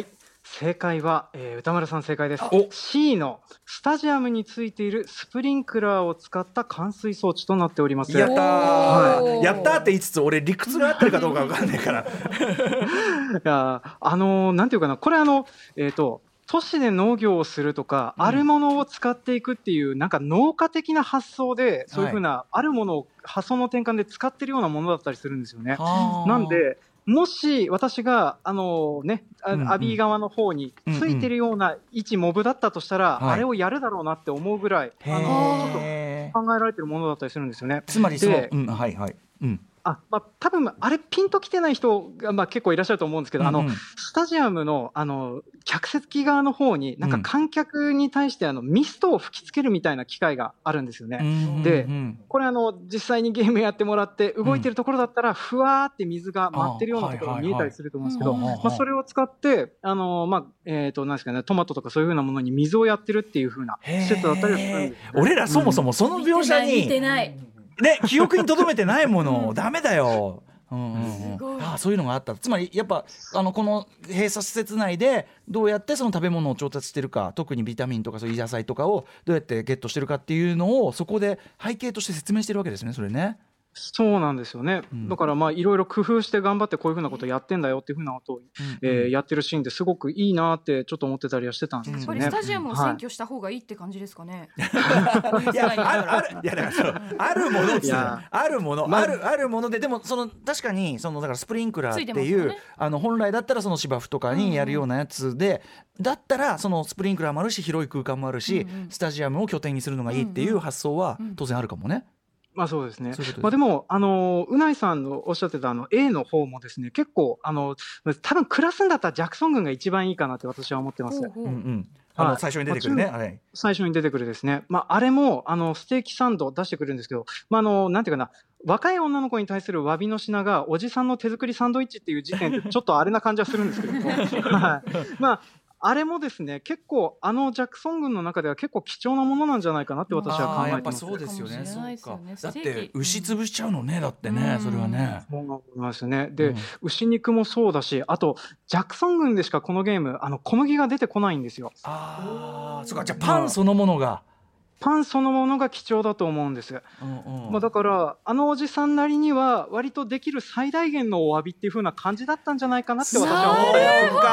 正解は、えー歌丸さん正解です。 お C のスタジアムについているスプリンクラーを使った冠水装置となっております。 やったー、 はいやったーって言いつつ俺理屈が合ってるかどうか分かんないからいやあのーなんていうかな、これあの、えーと都市で農業をするとか、 うんあるものを使っていくっていうなんか農家的な発想で、そういうふうなあるものを発想の転換で使ってるようなものだったりするんですよね。 はーなんでもし私があの、ね、あうんうんアビー側の方についてるような一モブだったとしたら、 はいあれをやるだろうなって思うぐらい、 へあのちょっとー考えられてるものだったりするんですよね。 つまりそのでうんはいはいうんあまあ、多分あれピンときてない人が、まあ、結構いらっしゃると思うんですけど、あのうんうんスタジアムのあの客席側の方になんか観客に対してあのミストを吹きつけるみたいな機械があるんですよね。 うんでうんこれあの実際にゲームやってもらって動いてるところだったらふわーって水が舞ってるようなところが見えたりすると思うんですけど、 あはいはいはいまあ、それを使ってあの、まあえー、となんですかね、トマトとかそういうふうなものに水をやってるっていうふうな施設だったりはするんですよね。 俺らそもそもその描写見てにないね記憶に留めてないものダメだよ。うんうんうんすごいああそういうのがあった。つまりやっぱあのこの閉鎖施設内でどうやってその食べ物を調達してるか、特にビタミンとかそういう野菜とかをどうやってゲットしてるかっていうのをそこで背景として説明してるわけですね、それね。 そうなんですよね、 うんだからまあいろいろ工夫して頑張ってこういうふうなことやってんだよっていうふうなことを、えーやってるシーンですごくいいなってちょっと思ってたりはしてたんですやっよね。 ぱりスタジアムを占拠した方がいいって感じですかね、 いやあるあるいやだからそのあるものっつうのいやあるもの、 まあるあるものででもその確かにそのだからスプリンクラーってついていう、 ますよねあの本来だったらその芝生とかにやるようなやつで、だったらそのスプリンクラーもあるし広い空間もあるし、 うんうんスタジアムを拠点にするのがいいっていう発想は当然あるかもね。 まあそうですね。 そういうことですまあでも、あの、うないさんのおっしゃってたあの A の方もですね、結構、あの、多分暮らすんだったらジャクソン軍が一番いいかなって私は思ってます。 ほうほううんうんあのはい最初に出てくるね、 まああれ最初に出てくるですね。まああれも、あの、ステーキサンド出してくるんですけど、まああの、なんていうかな、若い女の子に対する詫びの品がおじさんの手作りサンドイッチっていう時点でちょっとあれな感じはするんですけども、はい。まあ、あれもですね、結構あのジャクソン軍の中では結構貴重なものなんじゃないかなって私は考あーやっぱえてます。 そうですよね。 かもしれないですそうかよね。 だっステーキて牛潰しちゃうのね、だってね、 うんそれはね。 そう思いますね。で、 うん牛肉もそうだし、あと、ジャクソン軍でしかこのゲーム、あの、小麦が出てこないんですよ。 ああ、そうか、じゃあパンそのものが。 パンそのものが貴重だと思うんです。 うんうんまあ、だから、あのおじさんなりには、割とできる最大限のお詫びっていう風な感じだったんじゃないかなって私は思ったりはするんですけど。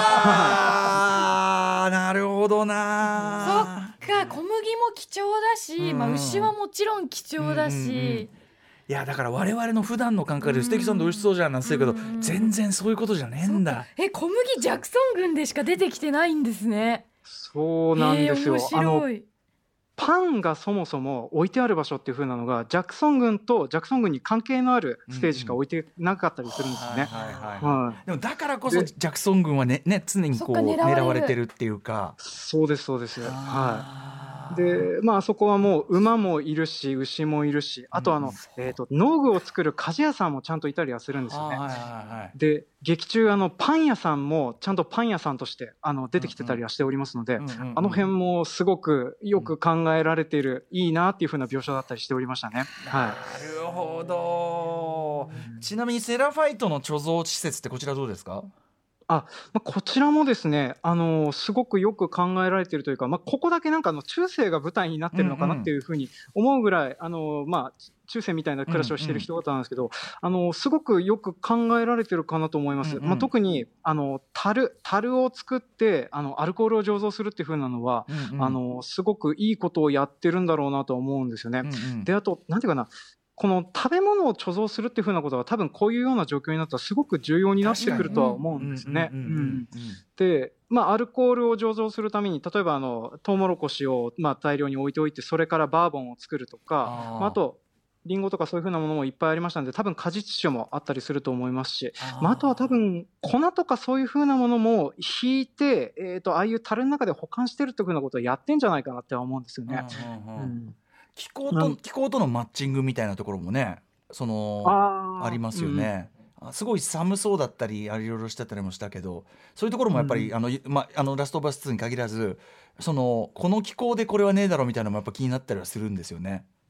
あーなるほどな。 そっか、小麦も貴重だし、まあ、 うん牛はもちろん貴重だし、 うんうんうんいやだから我々の普段の感覚でステーキサンド美味しそうじゃんなんて言うけど、 うん全然そういうことじゃねえんだ。 え小麦ジャクソン軍でしか出てきてないんですね。 そうなんですよ。 えーあの面白い。 パンがそもそも置いてある場所っていう風なのが、ジャクソン軍とジャクソン軍に関係のあるステージしか置いてなかったりするんですよね。 はいはいはいはい。 でもだからこそでジャクソン軍はねね常にこうそっか狙われる狙われてるっていうか。 そうです、そうです。はい。 あーで、まあ、あそこはもう馬もいるし、牛もいるし、あとあの、えっと、農具を作る鍛冶屋さんもちゃんといたりはするんですよね。 あーはいはいはいで、劇中、あの、パン屋さんもちゃんとパン屋さんとして、あの、出てきてたりはしておりますので、 うんうんうんあの辺もすごくよく考えられている、いいなっていう風な描写だったりしておりましたね。はなるほど。ちなみにセラファイトの貯蔵施設ってこちらどうですか？ まあ、こちらもですね、あのすごくよく考えられているというか、まあ、ここだけなんかあの中世が舞台になってるのかなっていうふうに思うぐらい、あのまあ、中世みたいな暮らしをしている人方なんですけど、あのすごくよく考えられてるかなと思います。 うんうんまあ、特にあの樽樽を作ってあのアルコールを醸造するっていうふうなのは、 うんうんあのすごくいいことをやってるんだろうなとは思うんですよね。 うんうんであとなんていうかな、この食べ物を貯蔵するっていうふうなことは多分こういうような状況になったらすごく重要になってくるとは思うんですね。 うんうんうんうんで、まあ、アルコールを醸造するために例えばあのトウモロコシをまあ大量に置いておいてそれからバーボンを作るとかあーまあ、あとリンゴとかそういうふうなものもいっぱいありましたので多分果実酒もあったりすると思いますし、 あーまあ、あとは多分粉とかそういうふうなものも引いて、えー、とああいう樽の中で保管してるっていうふうなことをやってんじゃないかなって思うんですよね。 うんうんうんうん気候なんと気候とのマッチングみたいなところもねそのあーありますよね。あすごい寒そうだったりあれいろいろしてたりもしたけどそういうところもやっぱり、 うんあのまあのラストバスツーに限らずそのこの気候でこれはねえだろみたいなのもやっぱ気になったりはするんですよね。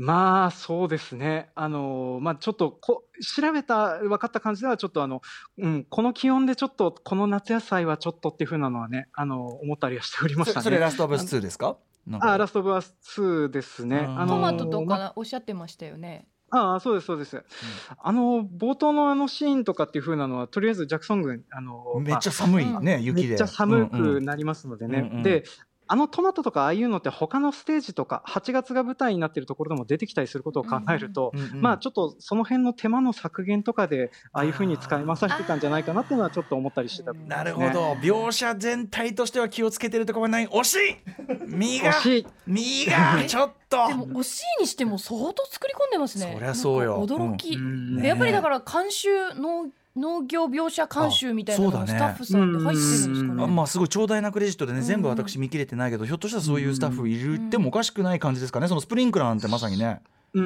まあそうですね、あのまあ、ちょっとこ調べた分かった感じではちょっとあの、うん、この気温でちょっとこの夏野菜はちょっとっていう風なのはね、あの思ったりはしておりましたね。 それラストオブアスツーですか？ ああ、ラストオブアスツーですね。 ああのトマトとまかおっしゃってましたよね。 ああ、そうですそうです、うん、あの冒頭のあのシーンとかっていう風なのはとりあえずジャクソン軍あのめっちゃ寒いね、まあ、雪でめっちゃ寒くなりますのでね、うんうん、であのトマトとかああいうのって他のステージとかはちがつが舞台になっているところでも出てきたりすることを考えると、うんうん、まあちょっとその辺の手間の削減とかでああいう風に使い回されてたんじゃないかなっていうのはちょっと思ったりしてた、ね、 なるほど、描写全体としては気をつけてるところはない。惜しい身が惜しい身がちょっとでも惜しいにしても相当作り込んでますね。 そりゃそうよ、 驚き、 うんね、やっぱりだから監修の農業描写監修みたいなのがスタッフさんで入ってるんですかね。 あ、まあすごい長大なクレジットでね、全部私見切れてないけど、ひょっとしたらそういうスタッフいるってもおかしくない感じですかね。そのスプリンクラーなんてまさにね。 うんうん、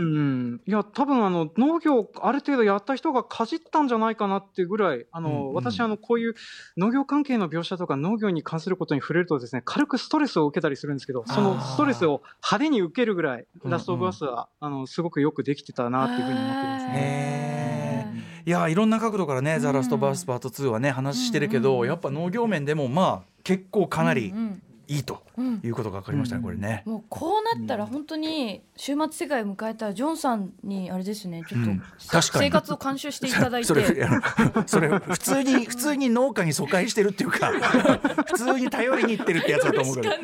いや多分あの農業ある程度やった人がかじったんじゃないかなっていうぐらい、あの、うんうん、私あのこういう農業関係の描写とか農業に関することに触れるとですね、軽くストレスを受けたりするんですけど、そのストレスを派手に受けるぐらいラストオブアスは、うんうん、あのすごくよくできてたなっていうふうに思ってますね。 いやいろんな角度からね、うん、ザ・ラストバースパートツーはね話してるけど、うんうん、やっぱ農業面でもまあ結構かなりいいということが分かりましたね、うん、これね。 もうこうなったら本当に終末世界を迎えたジョンさんにあれですね、ちょっと、うん、生活を監修していただいてそれそれ普通に普通に農家に疎開してるっていうか普通に頼りにいってるってやつだと思うけど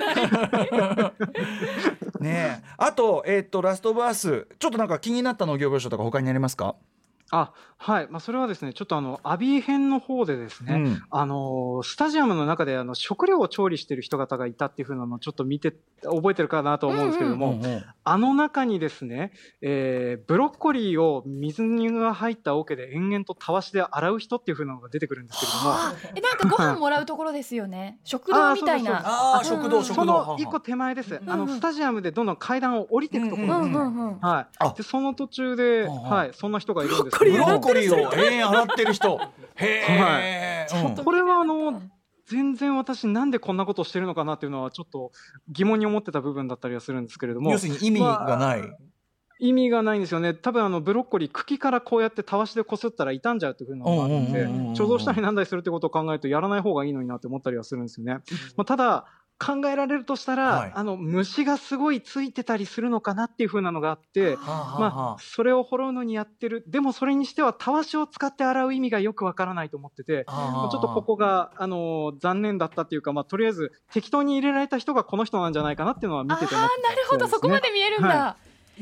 ねえ、あと、えー、とラストオブアースちょっとなんか気になった農業描写とか他にありますか？ あはい、まあ、それはですねちょっとあのアビー編の方でですね、うん、あのスタジアムの中であの食料を調理している人方がいたっていう風なのをちょっと見て覚えてるかなと思うんですけれども、うんうんうんうん、あの中にですね、えー、ブロッコリーを水が入った桶で延々とたわしで洗う人っていう風なのが出てくるんですけれども、 えなんかご飯もらうところですよね食堂みたいな。 ああ食堂食堂その一個手前です、うんうん、あのスタジアムでどんどん階段を降りていくところですね、うんうんうん、はい、でその途中で、はい、そんな人がいるんですけど、 ブロッコリーを永遠洗ってる人へー、 はい、うん、これはあの全然私なんでこんなことをしてるのかなっていうのはちょっと疑問に思ってた部分だったりはするんですけれども、 要するに意味がない、まあ、 意味がないんですよね。多分あのブロッコリー傷からこうやってたわしでこすったら傷んじゃうっていう風なのがあるので、貯蔵したりなんだりするってことを考えるとやらない方がいいのになって思ったりはするんですよね、まあ、ただ考えられるとしたら、はい、あの虫がすごいついてたりするのかなっていう風なのがあって、はあはあ、まあ、それを掘るのにやってる。でもそれにしてはたわしを使って洗う意味がよくわからないと思ってて、はあ、ちょっとここがあの残念だったっていうか、まあ、とりあえず適当に入れられた人がこの人なんじゃないかなっていうのは見てて思って、 あ、なるほど、そこまで見えるんだ、はい、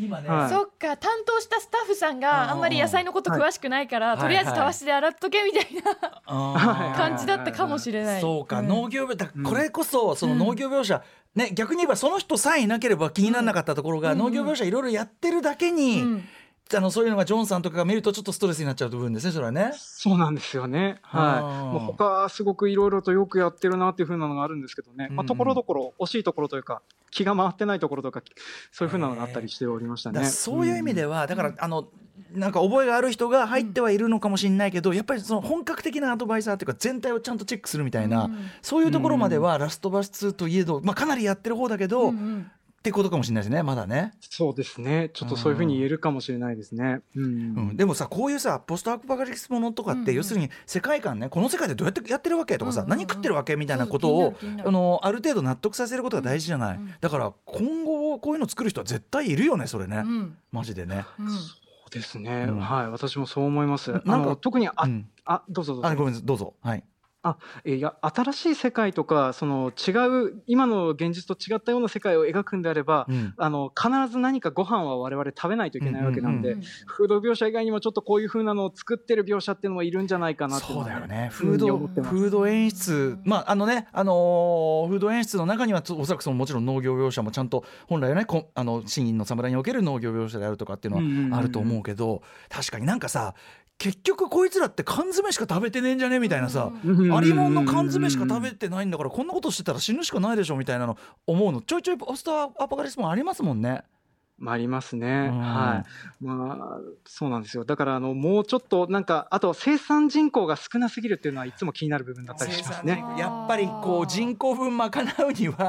今ね、 はい、そっか、担当したスタッフさんがあんまり野菜のこと詳しくないから、はい、とりあえずたわしで洗っとけみたいな感じだったかもしれない。 そうか、うん、農業だこれこそその農業描写、うんね、逆に言えばその人さえいなければ気にならなかったところが、うん、農業描写いろいろやってるだけに、うん、あのそういうのがジョンさんとかが見るとちょっとストレスになっちゃう部分ですね、それはね。 そうなんですよね、はい、もう他すごくいろいろとよくやってるなっていう風なのがあるんですけどね、まあ、ところどころ惜しいところというか気が回ってないところとかそういう風なのがあったりしておりましたね。 そういう意味ではだから、うん、あのなんか覚えがある人が入ってはいるのかもしれないけど、やっぱりその本格的なアドバイザーというか全体をちゃんとチェックするみたいな、うん、そういうところまではラストバスツーといえど、まあ、かなりやってる方だけど、うんうん、ってことかもしれないですね、まだね。 そうですね、ちょっとそういうふうに言えるかもしれないですね、うんうん、 でもさ、こういうさポストアポカリプスものとかって、うんうん、要するに世界観ね、この世界でどうやってやってるわけとかさ、うんうんうん、何食ってるわけみたいなことを、あのある程度納得させることが大事じゃない、うんうん、だから今後こういうの作る人は絶対いるよね、それね、うん、マジでね、うん、 そうですね、うん、はい、私もそう思います。なんかあの特にあ、うん、あどうぞどうぞ。 あ、ごめんなさい、どうぞ。はい。 あいや新しい世界とかその違う今の現実と違ったような世界を描くんであれば、うん、あの必ず何かご飯は我々食べないといけないわけなんで、うんうんうん、フード描写以外にもちょっとこういう風なのを作ってる描写っていうのもいるんじゃないかなっていうのは、ね、 そうだよね、フード、フード演出、まああのね、あのー、フード演出の中にはおそらくそのもちろん農業描写もちゃんと本来はね、あの真銀の侍における農業描写であるとかっていうのはあると思うけど、うんうんうん、確かになんかさ、結局こいつらって缶詰しか食べてねえんじゃねみたいなさ、ありもんの缶詰しか食べてないんだからこんなことしてたら死ぬしかないでしょみたいなの思うのちょいちょいポストアポカリプスもありますもんね。 ありますね、はい、まあ、そうなんですよ。だからあのもうちょっとなんかあと生産人口が少なすぎるっていうのはいつも気になる部分だったりしますね。 やっぱりこう人口分賄うには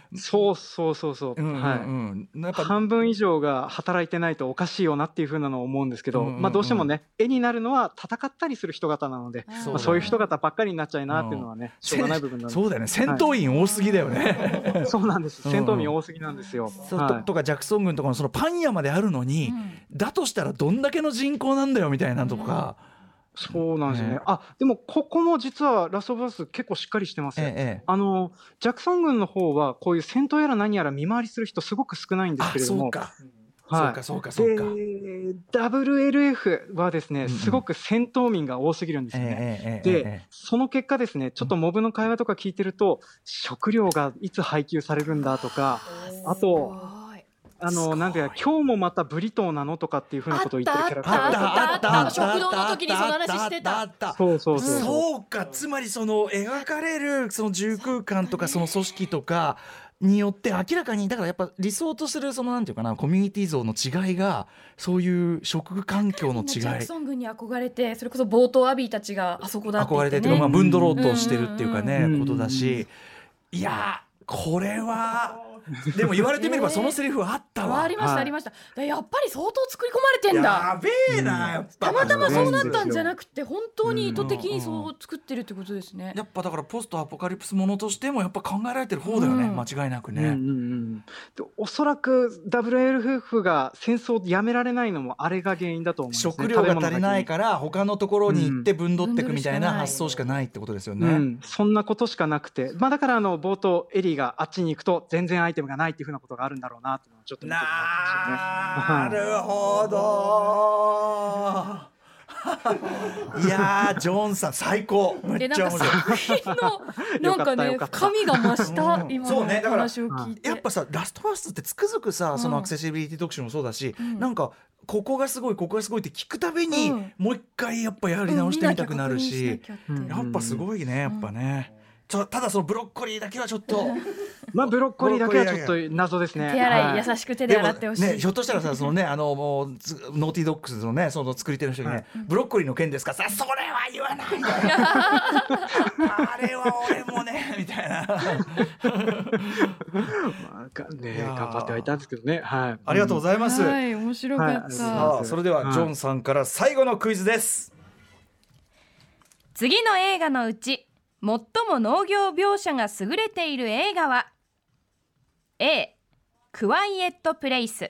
そうそうそうそう、 うんうんうん、 はい、 やっぱ半分以上が働いてないとおかしいよなっていう風なのを思うんですけど、 うんうんうん、 まあ、どうしてもね絵になるのは戦ったりする人方なので、 そうまあ、そういう人方ばっかりになっちゃいなっていうのはね、しょうがない部分なんです。 そうだよね、戦闘員多すぎだよね、 はい、そうなんです、 うん、 戦闘民多すぎなんですよ。 そう、 はい、 と, とかジャクソン軍とかのそのパン屋まであるのに、うん、だとしたらどんだけの人口なんだよみたいなとか、 うん、そうなんですよね。 ね、 あ、でもここも実はラストオブアス結構しっかりしてますよ、ええ、あのジャクソン軍の方はこういう戦闘やら何やら見回りする人すごく少ないんですけれども、 そうか、 はい、 そうかそうかそうか。 で ダブリューエルエフ はですね、すごく戦闘民が多すぎるんですよね。で、えええ、その結果ですね、ちょっとモブの会話とか聞いてると、食料がいつ配給されるんだとか、あとあのなんていうか今日もまたブリトーなのとかっていうふうなことを言ってるキャラクターがあったあった、食堂の時にその話してた。 そうそうそうそうか、つまりその描かれるその住空間とかその組織とかによって明らかにだからやっぱ理想とするそのなんていうかなコミュニティ像の違いがそういう食環境の違い、ジャクソン軍に憧れてそれこそ冒頭アビーたちがあそこだって言って、ね、 憧れてっていうか、まあ、分取ろうとしてるっていうかね、うん、ことだし、いやこれはでも言われてみればそのセリフあったわ、 ありました、はい、ありました。やっぱり相当作り込まれてんだ。 やべえな、やっぱたまたまそうなったんじゃなくて本当に意図的にそう作ってるってことですね。 やっぱだからポストアポカリプスものとしてもやっぱ考えられてる方だよね、うん、間違いなくね、うんうんうん、 でおそらく ダブリューエルエフ が戦争をやめられないのもあれが原因だと思うんですね。 食料が足りないから他のところに行って分取っていくみたいな発想しかないってことですよね、 うん、そんなことしかなくて、まあ、だからあの冒頭エリーがあっちに行くと全然アイテムがないっていうふうなことがあるんだろうなっていうのはちょっと見てなるほどいやージョーンさん最高、めっちゃ面白い。 作品のなんかね深みが増した、うん、今の話を聞いて、 やっぱさラストバースってつくづくさ、うん、そのアクセシビリティ特集もそうだし、うん、なんかここがすごいここがすごいって聞くたびに、うん、もう一回やっぱやり直してみたくなるし、うん、やっぱすごいねやっぱね、うん、ちょただそのブロッコリーだけはちょっとまあブロッコリーだけはちょっと謎ですね。 手洗い、はい、優しく手で洗ってほしい。 ね、ひょっとしたらさそのねあのもうノーティードッグスのねその作り手の人にね、はい、ブロッコリーの件ですか、さそれは言わないであれは俺もねみたいなまあね頑張ってはいたんですけどね、はい、 ありがとうございます、 はい、面白かった、はい、 さあそれではジョンさんから最後のクイズです、はい、 次の映画のうち最も農業描写が優れている映画は A クワイエットプレイス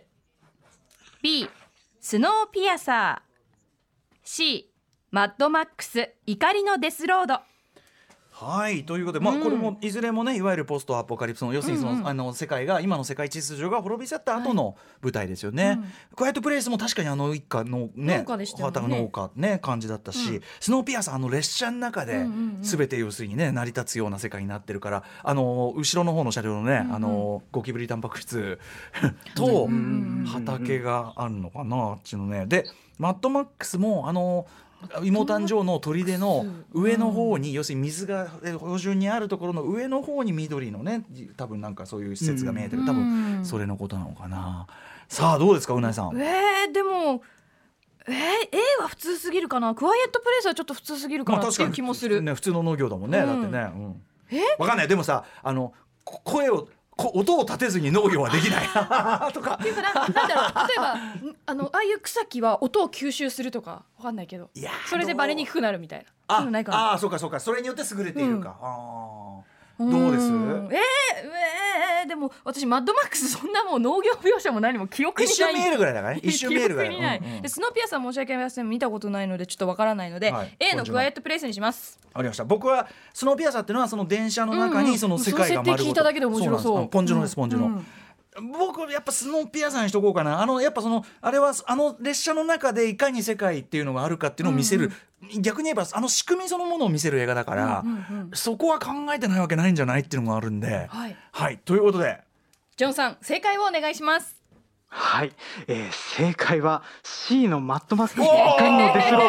B スノーピアサー C マッドマックス怒りのデスロード。 はいということで、まあ、これもいずれもねいわゆるポストアポカリプスの要するにその、うんうん、あの世界が今の世界秩序が滅び去った後の舞台ですよね、はい、うん、クワイエットプレイスも確かにあの一家のね農家でしたよね、 農家ね感じだったし、うん、スノーピアサーあの列車の中で全て要するにね成り立つような世界になってるからあの後ろの方の車両のね、うんうん、あのゴキブリタンパク質と畑があるのかなあっちのねでマッドマックスもあの芋誕生の砦の上の方に、うん、要するに水が補充にあるところの上の方に緑のね多分なんかそういう施設が見えてる、うん、多分それのことなのかな。さあどうですかうなえさん。 えー、でもえー、A は普通すぎるかな。クワイエットプレイスはちょっと普通すぎるかなっていう気もする、 ね、普通の農業だもんね、うん、だってね、うん、 えわかんない。でもさあの声を音を立てずに農業はできないとかっていうか な, なんだろう例えばあのああいう草木は音を吸収するとかわかんないけどいやそれでバレにくくなるみたいなあそうないかなあそうかそうかそれによって優れているか、うん、あどうです？えー、 えー、でも私マッドマックスそんなもう農業描写も何も記憶にない一瞬見えるぐらいだからね一瞬見えるぐらい、 記憶にない、うんうん、でスノーピアさん申し訳ありません見たことないのでちょっとわからないので、はい、A のクワイエットプレイスにします。 ありました。僕はスノーピアサーっていうのはその電車の中にその世界が丸ごと、 うんうん、その設定聞いただけで面白そう。 ポンジュノですポンジュノ、うんうん、僕やっぱスノーピアサーにしとこうかな。あのやっぱそのあれはあの列車の中でいかに世界っていうのがあるかっていうのを見せる、うんうん、逆に言えばあの仕組みそのものを見せる映画だから、うんうんうん、そこは考えてないわけないんじゃないっていうのがあるんで、 はい、 はい、ということでジョンさん正解をお願いします。 はい、えー、正解は C のマッドマックス怒りのデスロー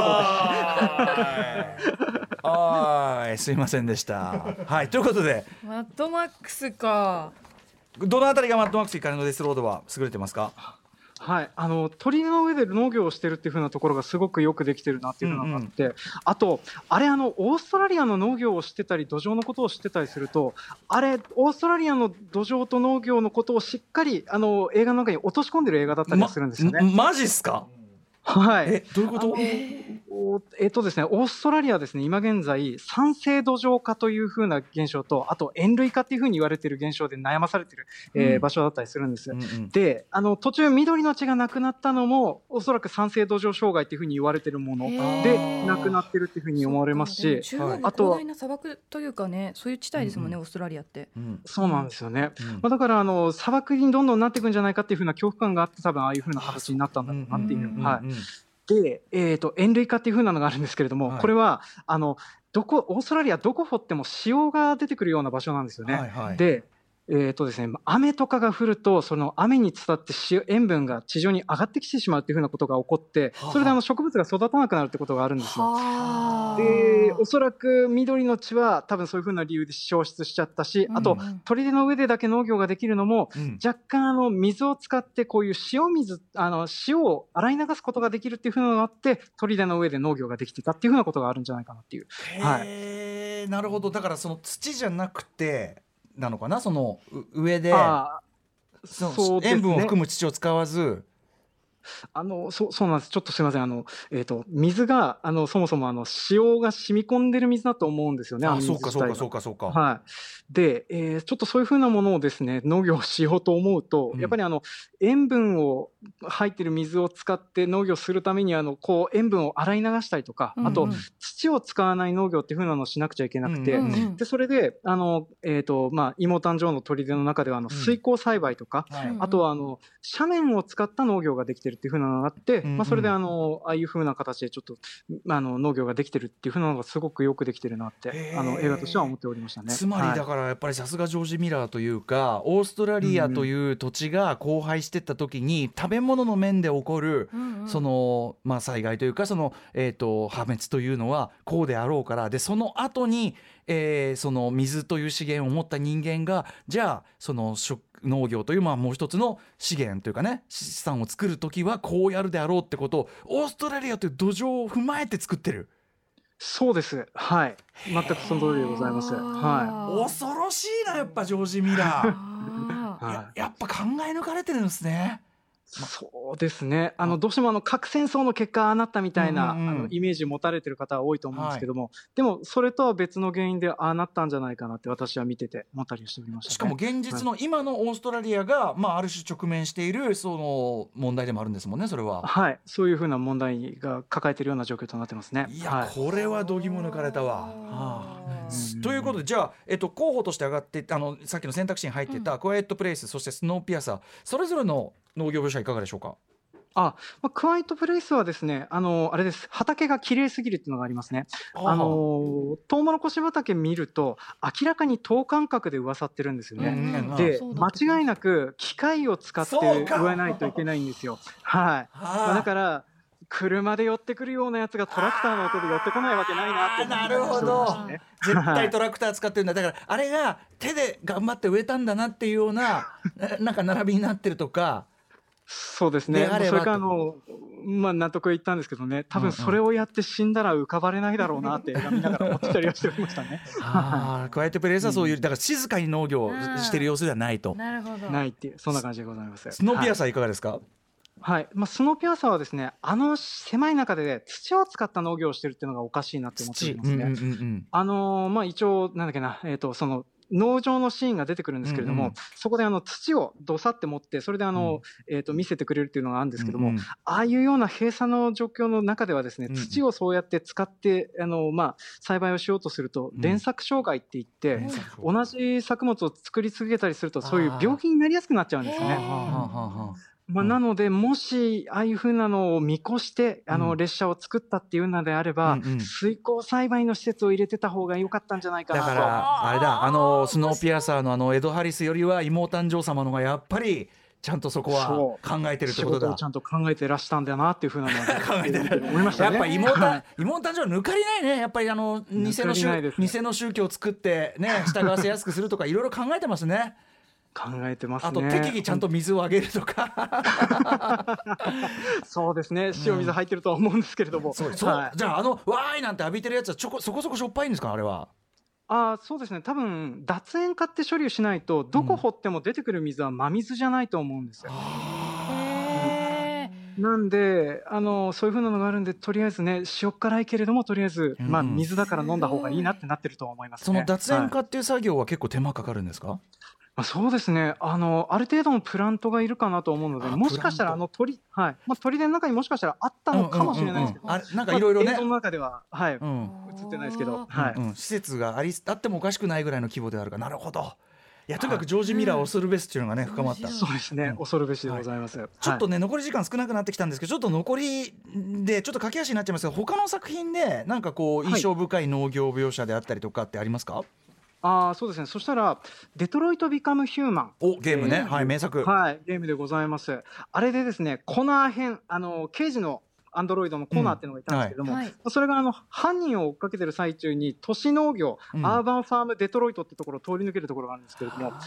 ドです。 はい、すいませんでした。はい、ということでマッドマックスか。 どのあたりがマッドマックス怒りのデスロードは優れてますか？ はい、あの砦の上で農業をしてるっていう風なところがすごくよくできてるなっていうのがあって、うんうん、あとあれあのオーストラリアの農業をしてたり土壌のことを知ってたりすると、あれオーストラリアの土壌と農業のことをしっかりあの映画の中に落とし込んでる映画だったりするんですよね。 ま、マジっすか？ はい。 え、どういうこと？ えっとですね、オーストラリアはですね、今現在酸性土壌化という風な現象と、あと塩類化っていう風に言われている現象で悩まされている、えーうん、場所だったりするんです、うんうん、で、あの途中緑の地がなくなったのもおそらく酸性土壌障害っていう風に言われているものでなくなってるっていう風に思われますし、 中国の広大な砂漠というかね、そういう地帯ですもんね、うんうん、オーストラリアって、うん、 そうなんですよね、うんまあ、だからあの砂漠にどんどんなっていくんじゃないかっていう風な恐怖感があって、多分ああいう風な形になったんだろうなっていう、うんうんうん、はいで、えーと、塩類化っていう風なのがあるんですけれども、はい、これはあのどこオーストラリアどこ掘っても塩が出てくるような場所なんですよね、はいはい、でえーとですね、雨とかが降るとその雨に伝って塩塩分が地上に上がってきてしまうというふうなことが起こって、それであの植物が育たなくなるってことがあるんですよ。でおそらく緑の地は多分そういうふうな理由で消失しちゃったし、うんうん、あと砦の上でだけ農業ができるのも、うん、若干あの水を使ってこういう塩水あの塩を洗い流すことができるっていうふうなのがあって、砦の上で農業ができてたっていうふうなことがあるんじゃないかなっていう。 へー、はい、なるほど。だからその土じゃなくてなのかな、その上でそそうですね、塩分を含む土を使わず、 あの そ, そうなんです。ちょっとすみません、あの、えー、と水があのそもそもあの塩が染み込んでる水だと思うんですよね。 ああ、そうかそうかそうかそうか。 はい、で、えー、ちょっとそういうふうなものをですね農業をしようと思うと、うん、やっぱりあの塩分を入ってる水を使って農業するためにあのこう塩分を洗い流したりとか、うんうん、あと土を使わない農業っていうふうなのをしなくちゃいけなくて、うんうん、でそれであの、えーとまあ、芋誕生の砦の中ではあの水耕栽培とか、うんはい、あとはあの斜面を使った農業ができてるっていう風なのがあって、うんうんまあ、それであのああいう風な形でちょっとあの農業ができてるっていう風なのがすごくよくできてるなってあの映画としては思っておりましたね。 つまりだからやっぱりさすがジョージ・ミラーというか、オーストラリアという土地が荒廃していった時に食べ物の面で起こる、うんうん、そのまあ、災害というかその、えーと、破滅というのはこうであろうから、でその後に、えー、その水という資源を持った人間がじゃあその食農業というまあもう一つの資源というかね資産を作るときはこうやるであろうってことをオーストラリアという土壌を踏まえて作ってる。 そうです、はい、全くその通りでございます、はい、 恐ろしいなやっぱジョージ・ミラーや, やっぱ考え抜かれてるんですね。 そうですね、あのどうしてもあの核戦争の結果ああなったみたいな、うんうん、あのイメージを持たれてる方は多いと思うんですけども、はい、でもそれとは別の原因でああなったんじゃないかなって私は見てて思ったりしておりました、ね、 しかも現実の今のオーストラリアが、まあ、ある種直面しているその問題でもあるんですもんね、それは。 はい、そういうふうな問題が抱えているような状況となってますね。 いや、 はい、 これは度肝抜かれたわ、はあ、ということでじゃあ、えっと、候補として上がってあのさっきの選択肢に入っていた、うん、クワイエットプレイスそしてスノーピアサー、それぞれの農業描写いかがでしょうか。 あまあ、クワイエットプレイスはですね、あのあれです、畑が綺麗すぎるっていうのがありますね。あのトウモロコシ畑見ると明らかに等間隔で植わさってるんですよね、うんうん、で間違いなく機械を使って植えないといけないんですよ。はい、まあ、だから車で寄ってくるようなやつがトラクターの音で寄ってこないわけないなって、ね、 なるほど、絶対トラクター使ってるんだ。だからあれが手で頑張って植えたんだなっていうようななんか並びになってるとか。 そうですね、それからあの、まあ、納得いったんですけどね、多分それをやって死んだら浮かばれないだろうなって映画見ながら思ってたりはしておりましたね。 あ加えてプレイスはそういう、だから静かに農業をしてる様子ではないと、 なるほど、 ないっていうそんな感じでございます。 スノーピアサーいかがですか。はいはいまあ、スノーピアサーはですね、あの狭い中で土を使った農業をしてるっていうのがおかしいなって思っておりますね。うんうんうん、あのまあ、一応なんだっけな、えーとその農場のシーンが出てくるんですけれども、うんうん、そこであの土をどさって持ってそれであの、うんえー、と見せてくれるっていうのがあるんですけども、うんうん、ああいうような閉鎖の状況の中ではですね、うん、土をそうやって使ってあの、まあ、栽培をしようとすると、うん、連作障害っていって、うん、同じ作物を作り続けたりするとそういう病気になりやすくなっちゃうんですね。まあ、なのでもしああいう風なのを見越してあの列車を作ったっていうのであれば、うんうん、水耕栽培の施設を入れてた方が良かったんじゃないかなと。 だからあれだ、あのスノーピアサーのあのエド・ハリスよりは妹誕生様のがやっぱりちゃんとそこは考えてるってことだ。仕事をちゃんと考えてらしたんだなっていう風なのを考えてる思いましたね。やっぱ妹妹誕生抜かりないね。やっぱりあの偽の宗、ね、偽の宗教を作ってね従わせやすくするとかいろいろ考えてますね。 考えてますね。 あと適宜ちゃんと水をあげるとかそうですね、塩水入ってるとは思うんですけれども、 うん、そうそう、 はい、 じゃああのわーいなんて浴びてるやつはちょこそこそこしょっぱいんですかあれは。 あそうですね、多分脱塩化って処理をしないとどこ掘っても出てくる水は真水じゃないと思うんですよ、うん、なんであのそういう風なのがあるんで、とりあえずね塩辛いけれどもとりあえず、まあ、水だから飲んだ方がいいなってなってると思いますね。 その脱塩化っていう作業は結構手間かかるんですか？はい、 まあ、そうですね、あのある程度のプラントがいるかなと思うので、もしかしたらあの鳥、はいまあ、鳥の中にもしかしたらあったのかもしれないですけど、 あれなんかいろいろね、 映像の中では、はい、 うん、 映ってないですけど、はいうんうん、施設がありあってもおかしくないぐらいの規模であるか。なるほど。いやとにかくジョージ・ミラーを恐るべしっていうのがね、深まった。 そうですね、うん、恐るべしでございます、 はい、ちょっとね残り時間少なくなってきたんですけど、ちょっと残りでちょっと駆け足になっちゃいますけど、他の作品でなんかこう印象深い農業描写であったりとかってありますか？ あそうですね、そしたらデトロイト・ビカム・ヒューマン、 おゲームね、はい、名作、 はい、ゲームでございます。あれでですね、コナー編、あの刑事のアンドロイドのコナーっていうのがいたんですけども、うんはい、それがあの犯人を追っかけてる最中に都市農業、うん、アーバンファームデトロイトってところを通り抜けるところがあるんですけれども、はい、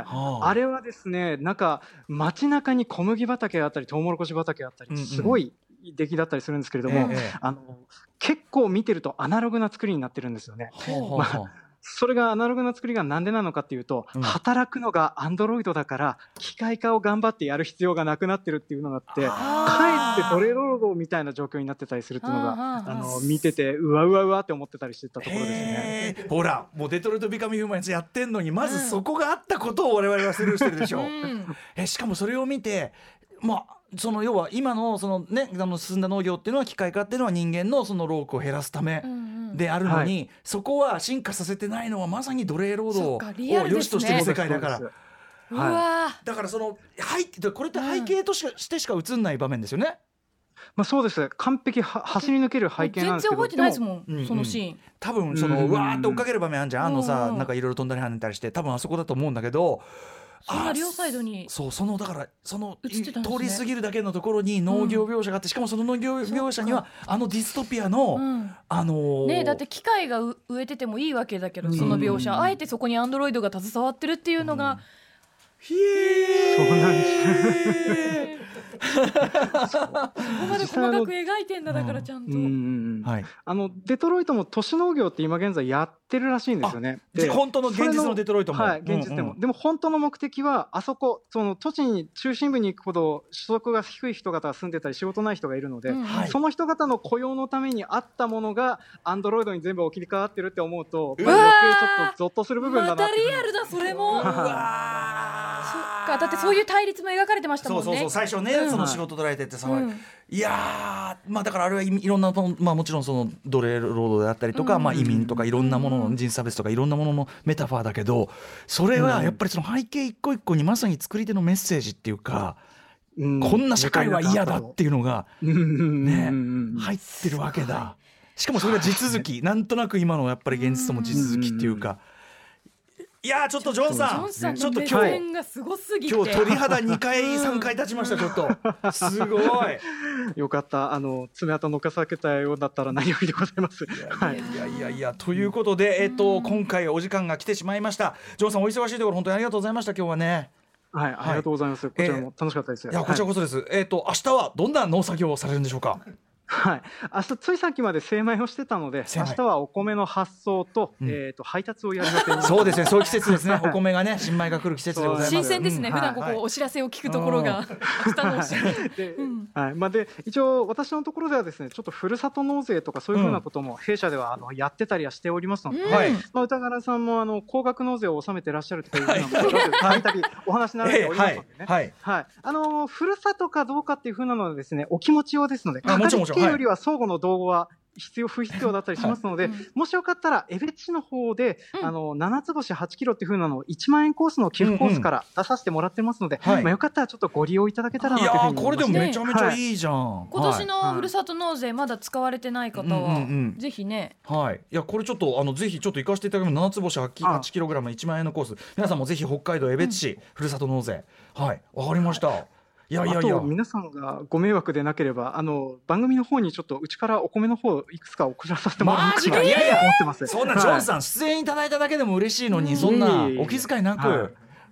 はあ、あれはですね、なんか街中に小麦畑があったりトウモロコシ畑があったり、うんうん、すごい出来だったりするんですけれども、ええ、あの結構見てるとアナログな作りになってるんですよね。はあはあ、まあそれがアナログな作りがなんでなのかっていうと、うん、働くのがアンドロイドだから機械化を頑張ってやる必要がなくなってるっていうのがあって、かえって奴隷労働みたいな状況になってたりするっていうのがあの見ててうわうわうわって思ってたりしてたところですね。 ほらもうデトロイト・ビカム・ヒューマンやってんのにまずそこがあったことを我々はスルーしてるでしょ、うん、えしかもそれを見てまあその要は今のそのねあの進んだ農業っていうのは機械化っていうのは人間のその労苦を減らすためであるのに、うんうん、そこは進化させてないのはまさに奴隷労働を良しとしてる世界だから、 うわだからその背これって背景としか、うん、してしか映んない場面ですよね。 まあ、そうです、完璧は走り抜ける背景なんですけど、 全然覚えてないですもん、うんうん、そのシーン多分その、うんうん、うわーって追っかける場面あるじゃん、あのさなんかいろいろ飛んだり跳ねたりして多分あそこだと思うんだけど、 そんな両サイドにそうそのだからその、ね、通り過ぎるだけのところに農業描写があって、うん、しかもその農業描写にはあのディストピアの、うん、あのー、 ねだって機械が植えててもいいわけだけど、その描写、うん、あえてそこにアンドロイドが携わってるっていうのが、うん、 ひえーそうなんですそこまで細かく描いてんだ、だからちゃんと、うんうんはい、あのデトロイトも都市農業って今現在やってるらしいんですよね。 で本当の現実のデトロイトも、 はい、現実でも、うんうん、でも本当の目的はあそこその都市に中心部に行くほど所得が低い人方が住んでたり仕事ない人がいるので、うんはい、その人方の雇用のためにあったものがアンドロイドに全部置き換わってるって思うと、余計ちょっとゾッとする部分だなって。 またリアルだそれもうわそっか、だってそういう対立も描かれてましたもんね。 そうそうそう最初ね、うん、その仕事取られてってさ、うん、いやまあだからあれはいろんな、まあ、もちろんその奴隷労働であったりとか、うんまあ、移民とかいろんなものの人種差別とかいろんなもののメタファーだけど、それはやっぱりその背景一個一個にまさに作り手のメッセージっていうか、うん、こんな社会は嫌だっていうのが、ね、入ってるわけだ。しかもそれが地続き、なんとなく今のやっぱり現実とも地続きっていうか、いやちょっとジョンさん、 ジョンさんの目線がすごすぎて、 今日鳥肌にかいさんかい立ちました。ちょっとすごいよかった。あの爪痕残さけたようだったら何よりでございます。 いやいやいやいやということで、えっと今回お時間が来てしまいました。ジョンさんお忙しいところ本当にありがとうございました。今日はね、 はい、ありがとうございます。こちらも楽しかったです。 いやこちらこそです。えっと明日はどんな農作業をされるんでしょうか。 はい、明日ついさっきまで精米をしてたので、明日はお米の発送と、うんえー、と配達をやる予定に。 そうですね、そういう季節ですね。お米がね、新米が来る季節でございます。 新鮮ですね、うん、普段ここお知らせを聞くところが、はい、明日のお知らせで、 うんはいまあ、で一応私のところではですね、ちょっとふるさと納税とかそういうふうなことも弊社ではあのやってたりはしておりますので、うんはいまあ、歌柄さんもあの高額納税を納めてらっしゃるというふうなことでたびたびお話になられておりますのでね、はいはいあのふるさとかどうかっていうふうなのはですね、お気持ちをですので、かかりつけよりは相互の道後は必要不必要だったりしますので、はい、もしよかったら江別市の方で、うん、あのななつぼしはちキロっていう風なのをいちまんえんコースの寄付コースから出させてもらってますので、うんうんまあ、よかったらちょっとご利用いただけたらなというふうに思います。 いやこれでもめちゃめちゃいいじゃん、 はい、今年のふるさと納税まだ使われてない方はぜひね、 はい、いやこれちょっとあのぜひちょっと行かせていただきます。ななつぼしはちキログラムいちまんえんのコース、皆さんもぜひ北海道江別市、うん、ふるさと納税はいわかりました、はいいやいやいやあと皆さんがご迷惑でなければあの番組の方にちょっとうちからお米の方いくつか送らさせてもらうかないやいや思ってます。 そんなジョンさん、はい、出演いただいただけでも嬉しいのに、うん、そんなお気遣いなく、はい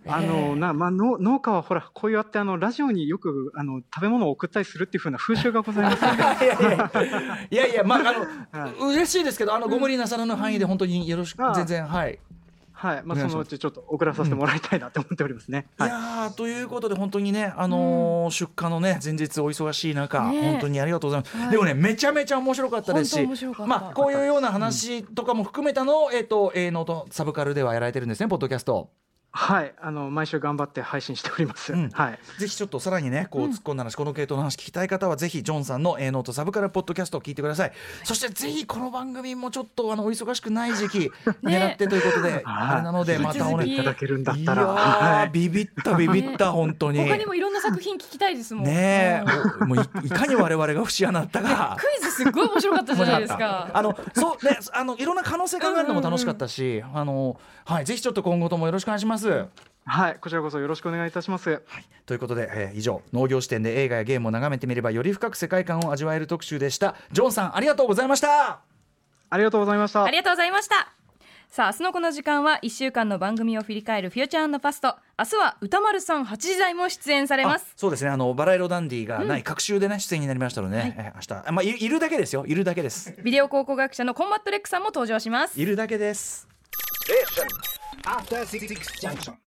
あのなまあ、の農家はほらこうやってあのラジオによくあの食べ物を送ったりするっていう風な風習がございますのでいやいやいやいやまああの、はい、嬉しいですけどあのご無理なさらぬ範囲で本当によろしく、うん、全然はいはい、まあ、そのうちちょっと送らさせてもらいたいなと思っておりますね。 うん、 はい、 いやということで本当にね、あのーうん、出荷のね前日お忙しい中、ね、本当にありがとうございます。はい、でもねめちゃめちゃ面白かったですし、まあこういうような話とかも含めたのを、うん、えっ、ー、と A ノートサブカルではやられてるんですね、ポッドキャスト。 はい、あの毎週頑張って配信しております。うん、はい。 ぜひちょっとさらにね、こう突っ込んだ話、うん、この系統の話聞きたい方はぜひジョンさんの A ノートサブカルポッドキャストを聞いてください。はい、そしてぜひこの番組もちょっとあのお忙しくない時期狙ってということで、ね、あれなのでまたお願いいただけるんだったら、いや、 はい、ビビったビビった本当に。 他にもいろんな作品聞きたいですもん。 ねえ、もう い, いかに我々が節穴だったか。 クイズすっごい面白かったじゃないですか。 あのそうね、あのいろんな可能性考えるのも楽しかったし、うんうんうん、あのはいぜひちょっと今後ともよろしくお願いします。 はい、こちらこそよろしくお願いいたします。はい、 ということで、えー、以上農業視点で映画やゲームを眺めてみればより深く世界観を味わえる特集でした。ジョンさんありがとうございました。 ありがとうございました。 ありがとうございました。さあ明日のこの時間はいっしゅうかんの番組を振り返るフューチャー&パスト。明日は歌丸さんはちじ台も出演されます。 そうですね、あのバラ色ダンディがない、うん、各週でね出演になりましたので、ね、はい、えー、明日、まあ、い, いるだけですよいるだけです。 ビデオ考古学者のコンバットレックさんも登場します。 いるだけです。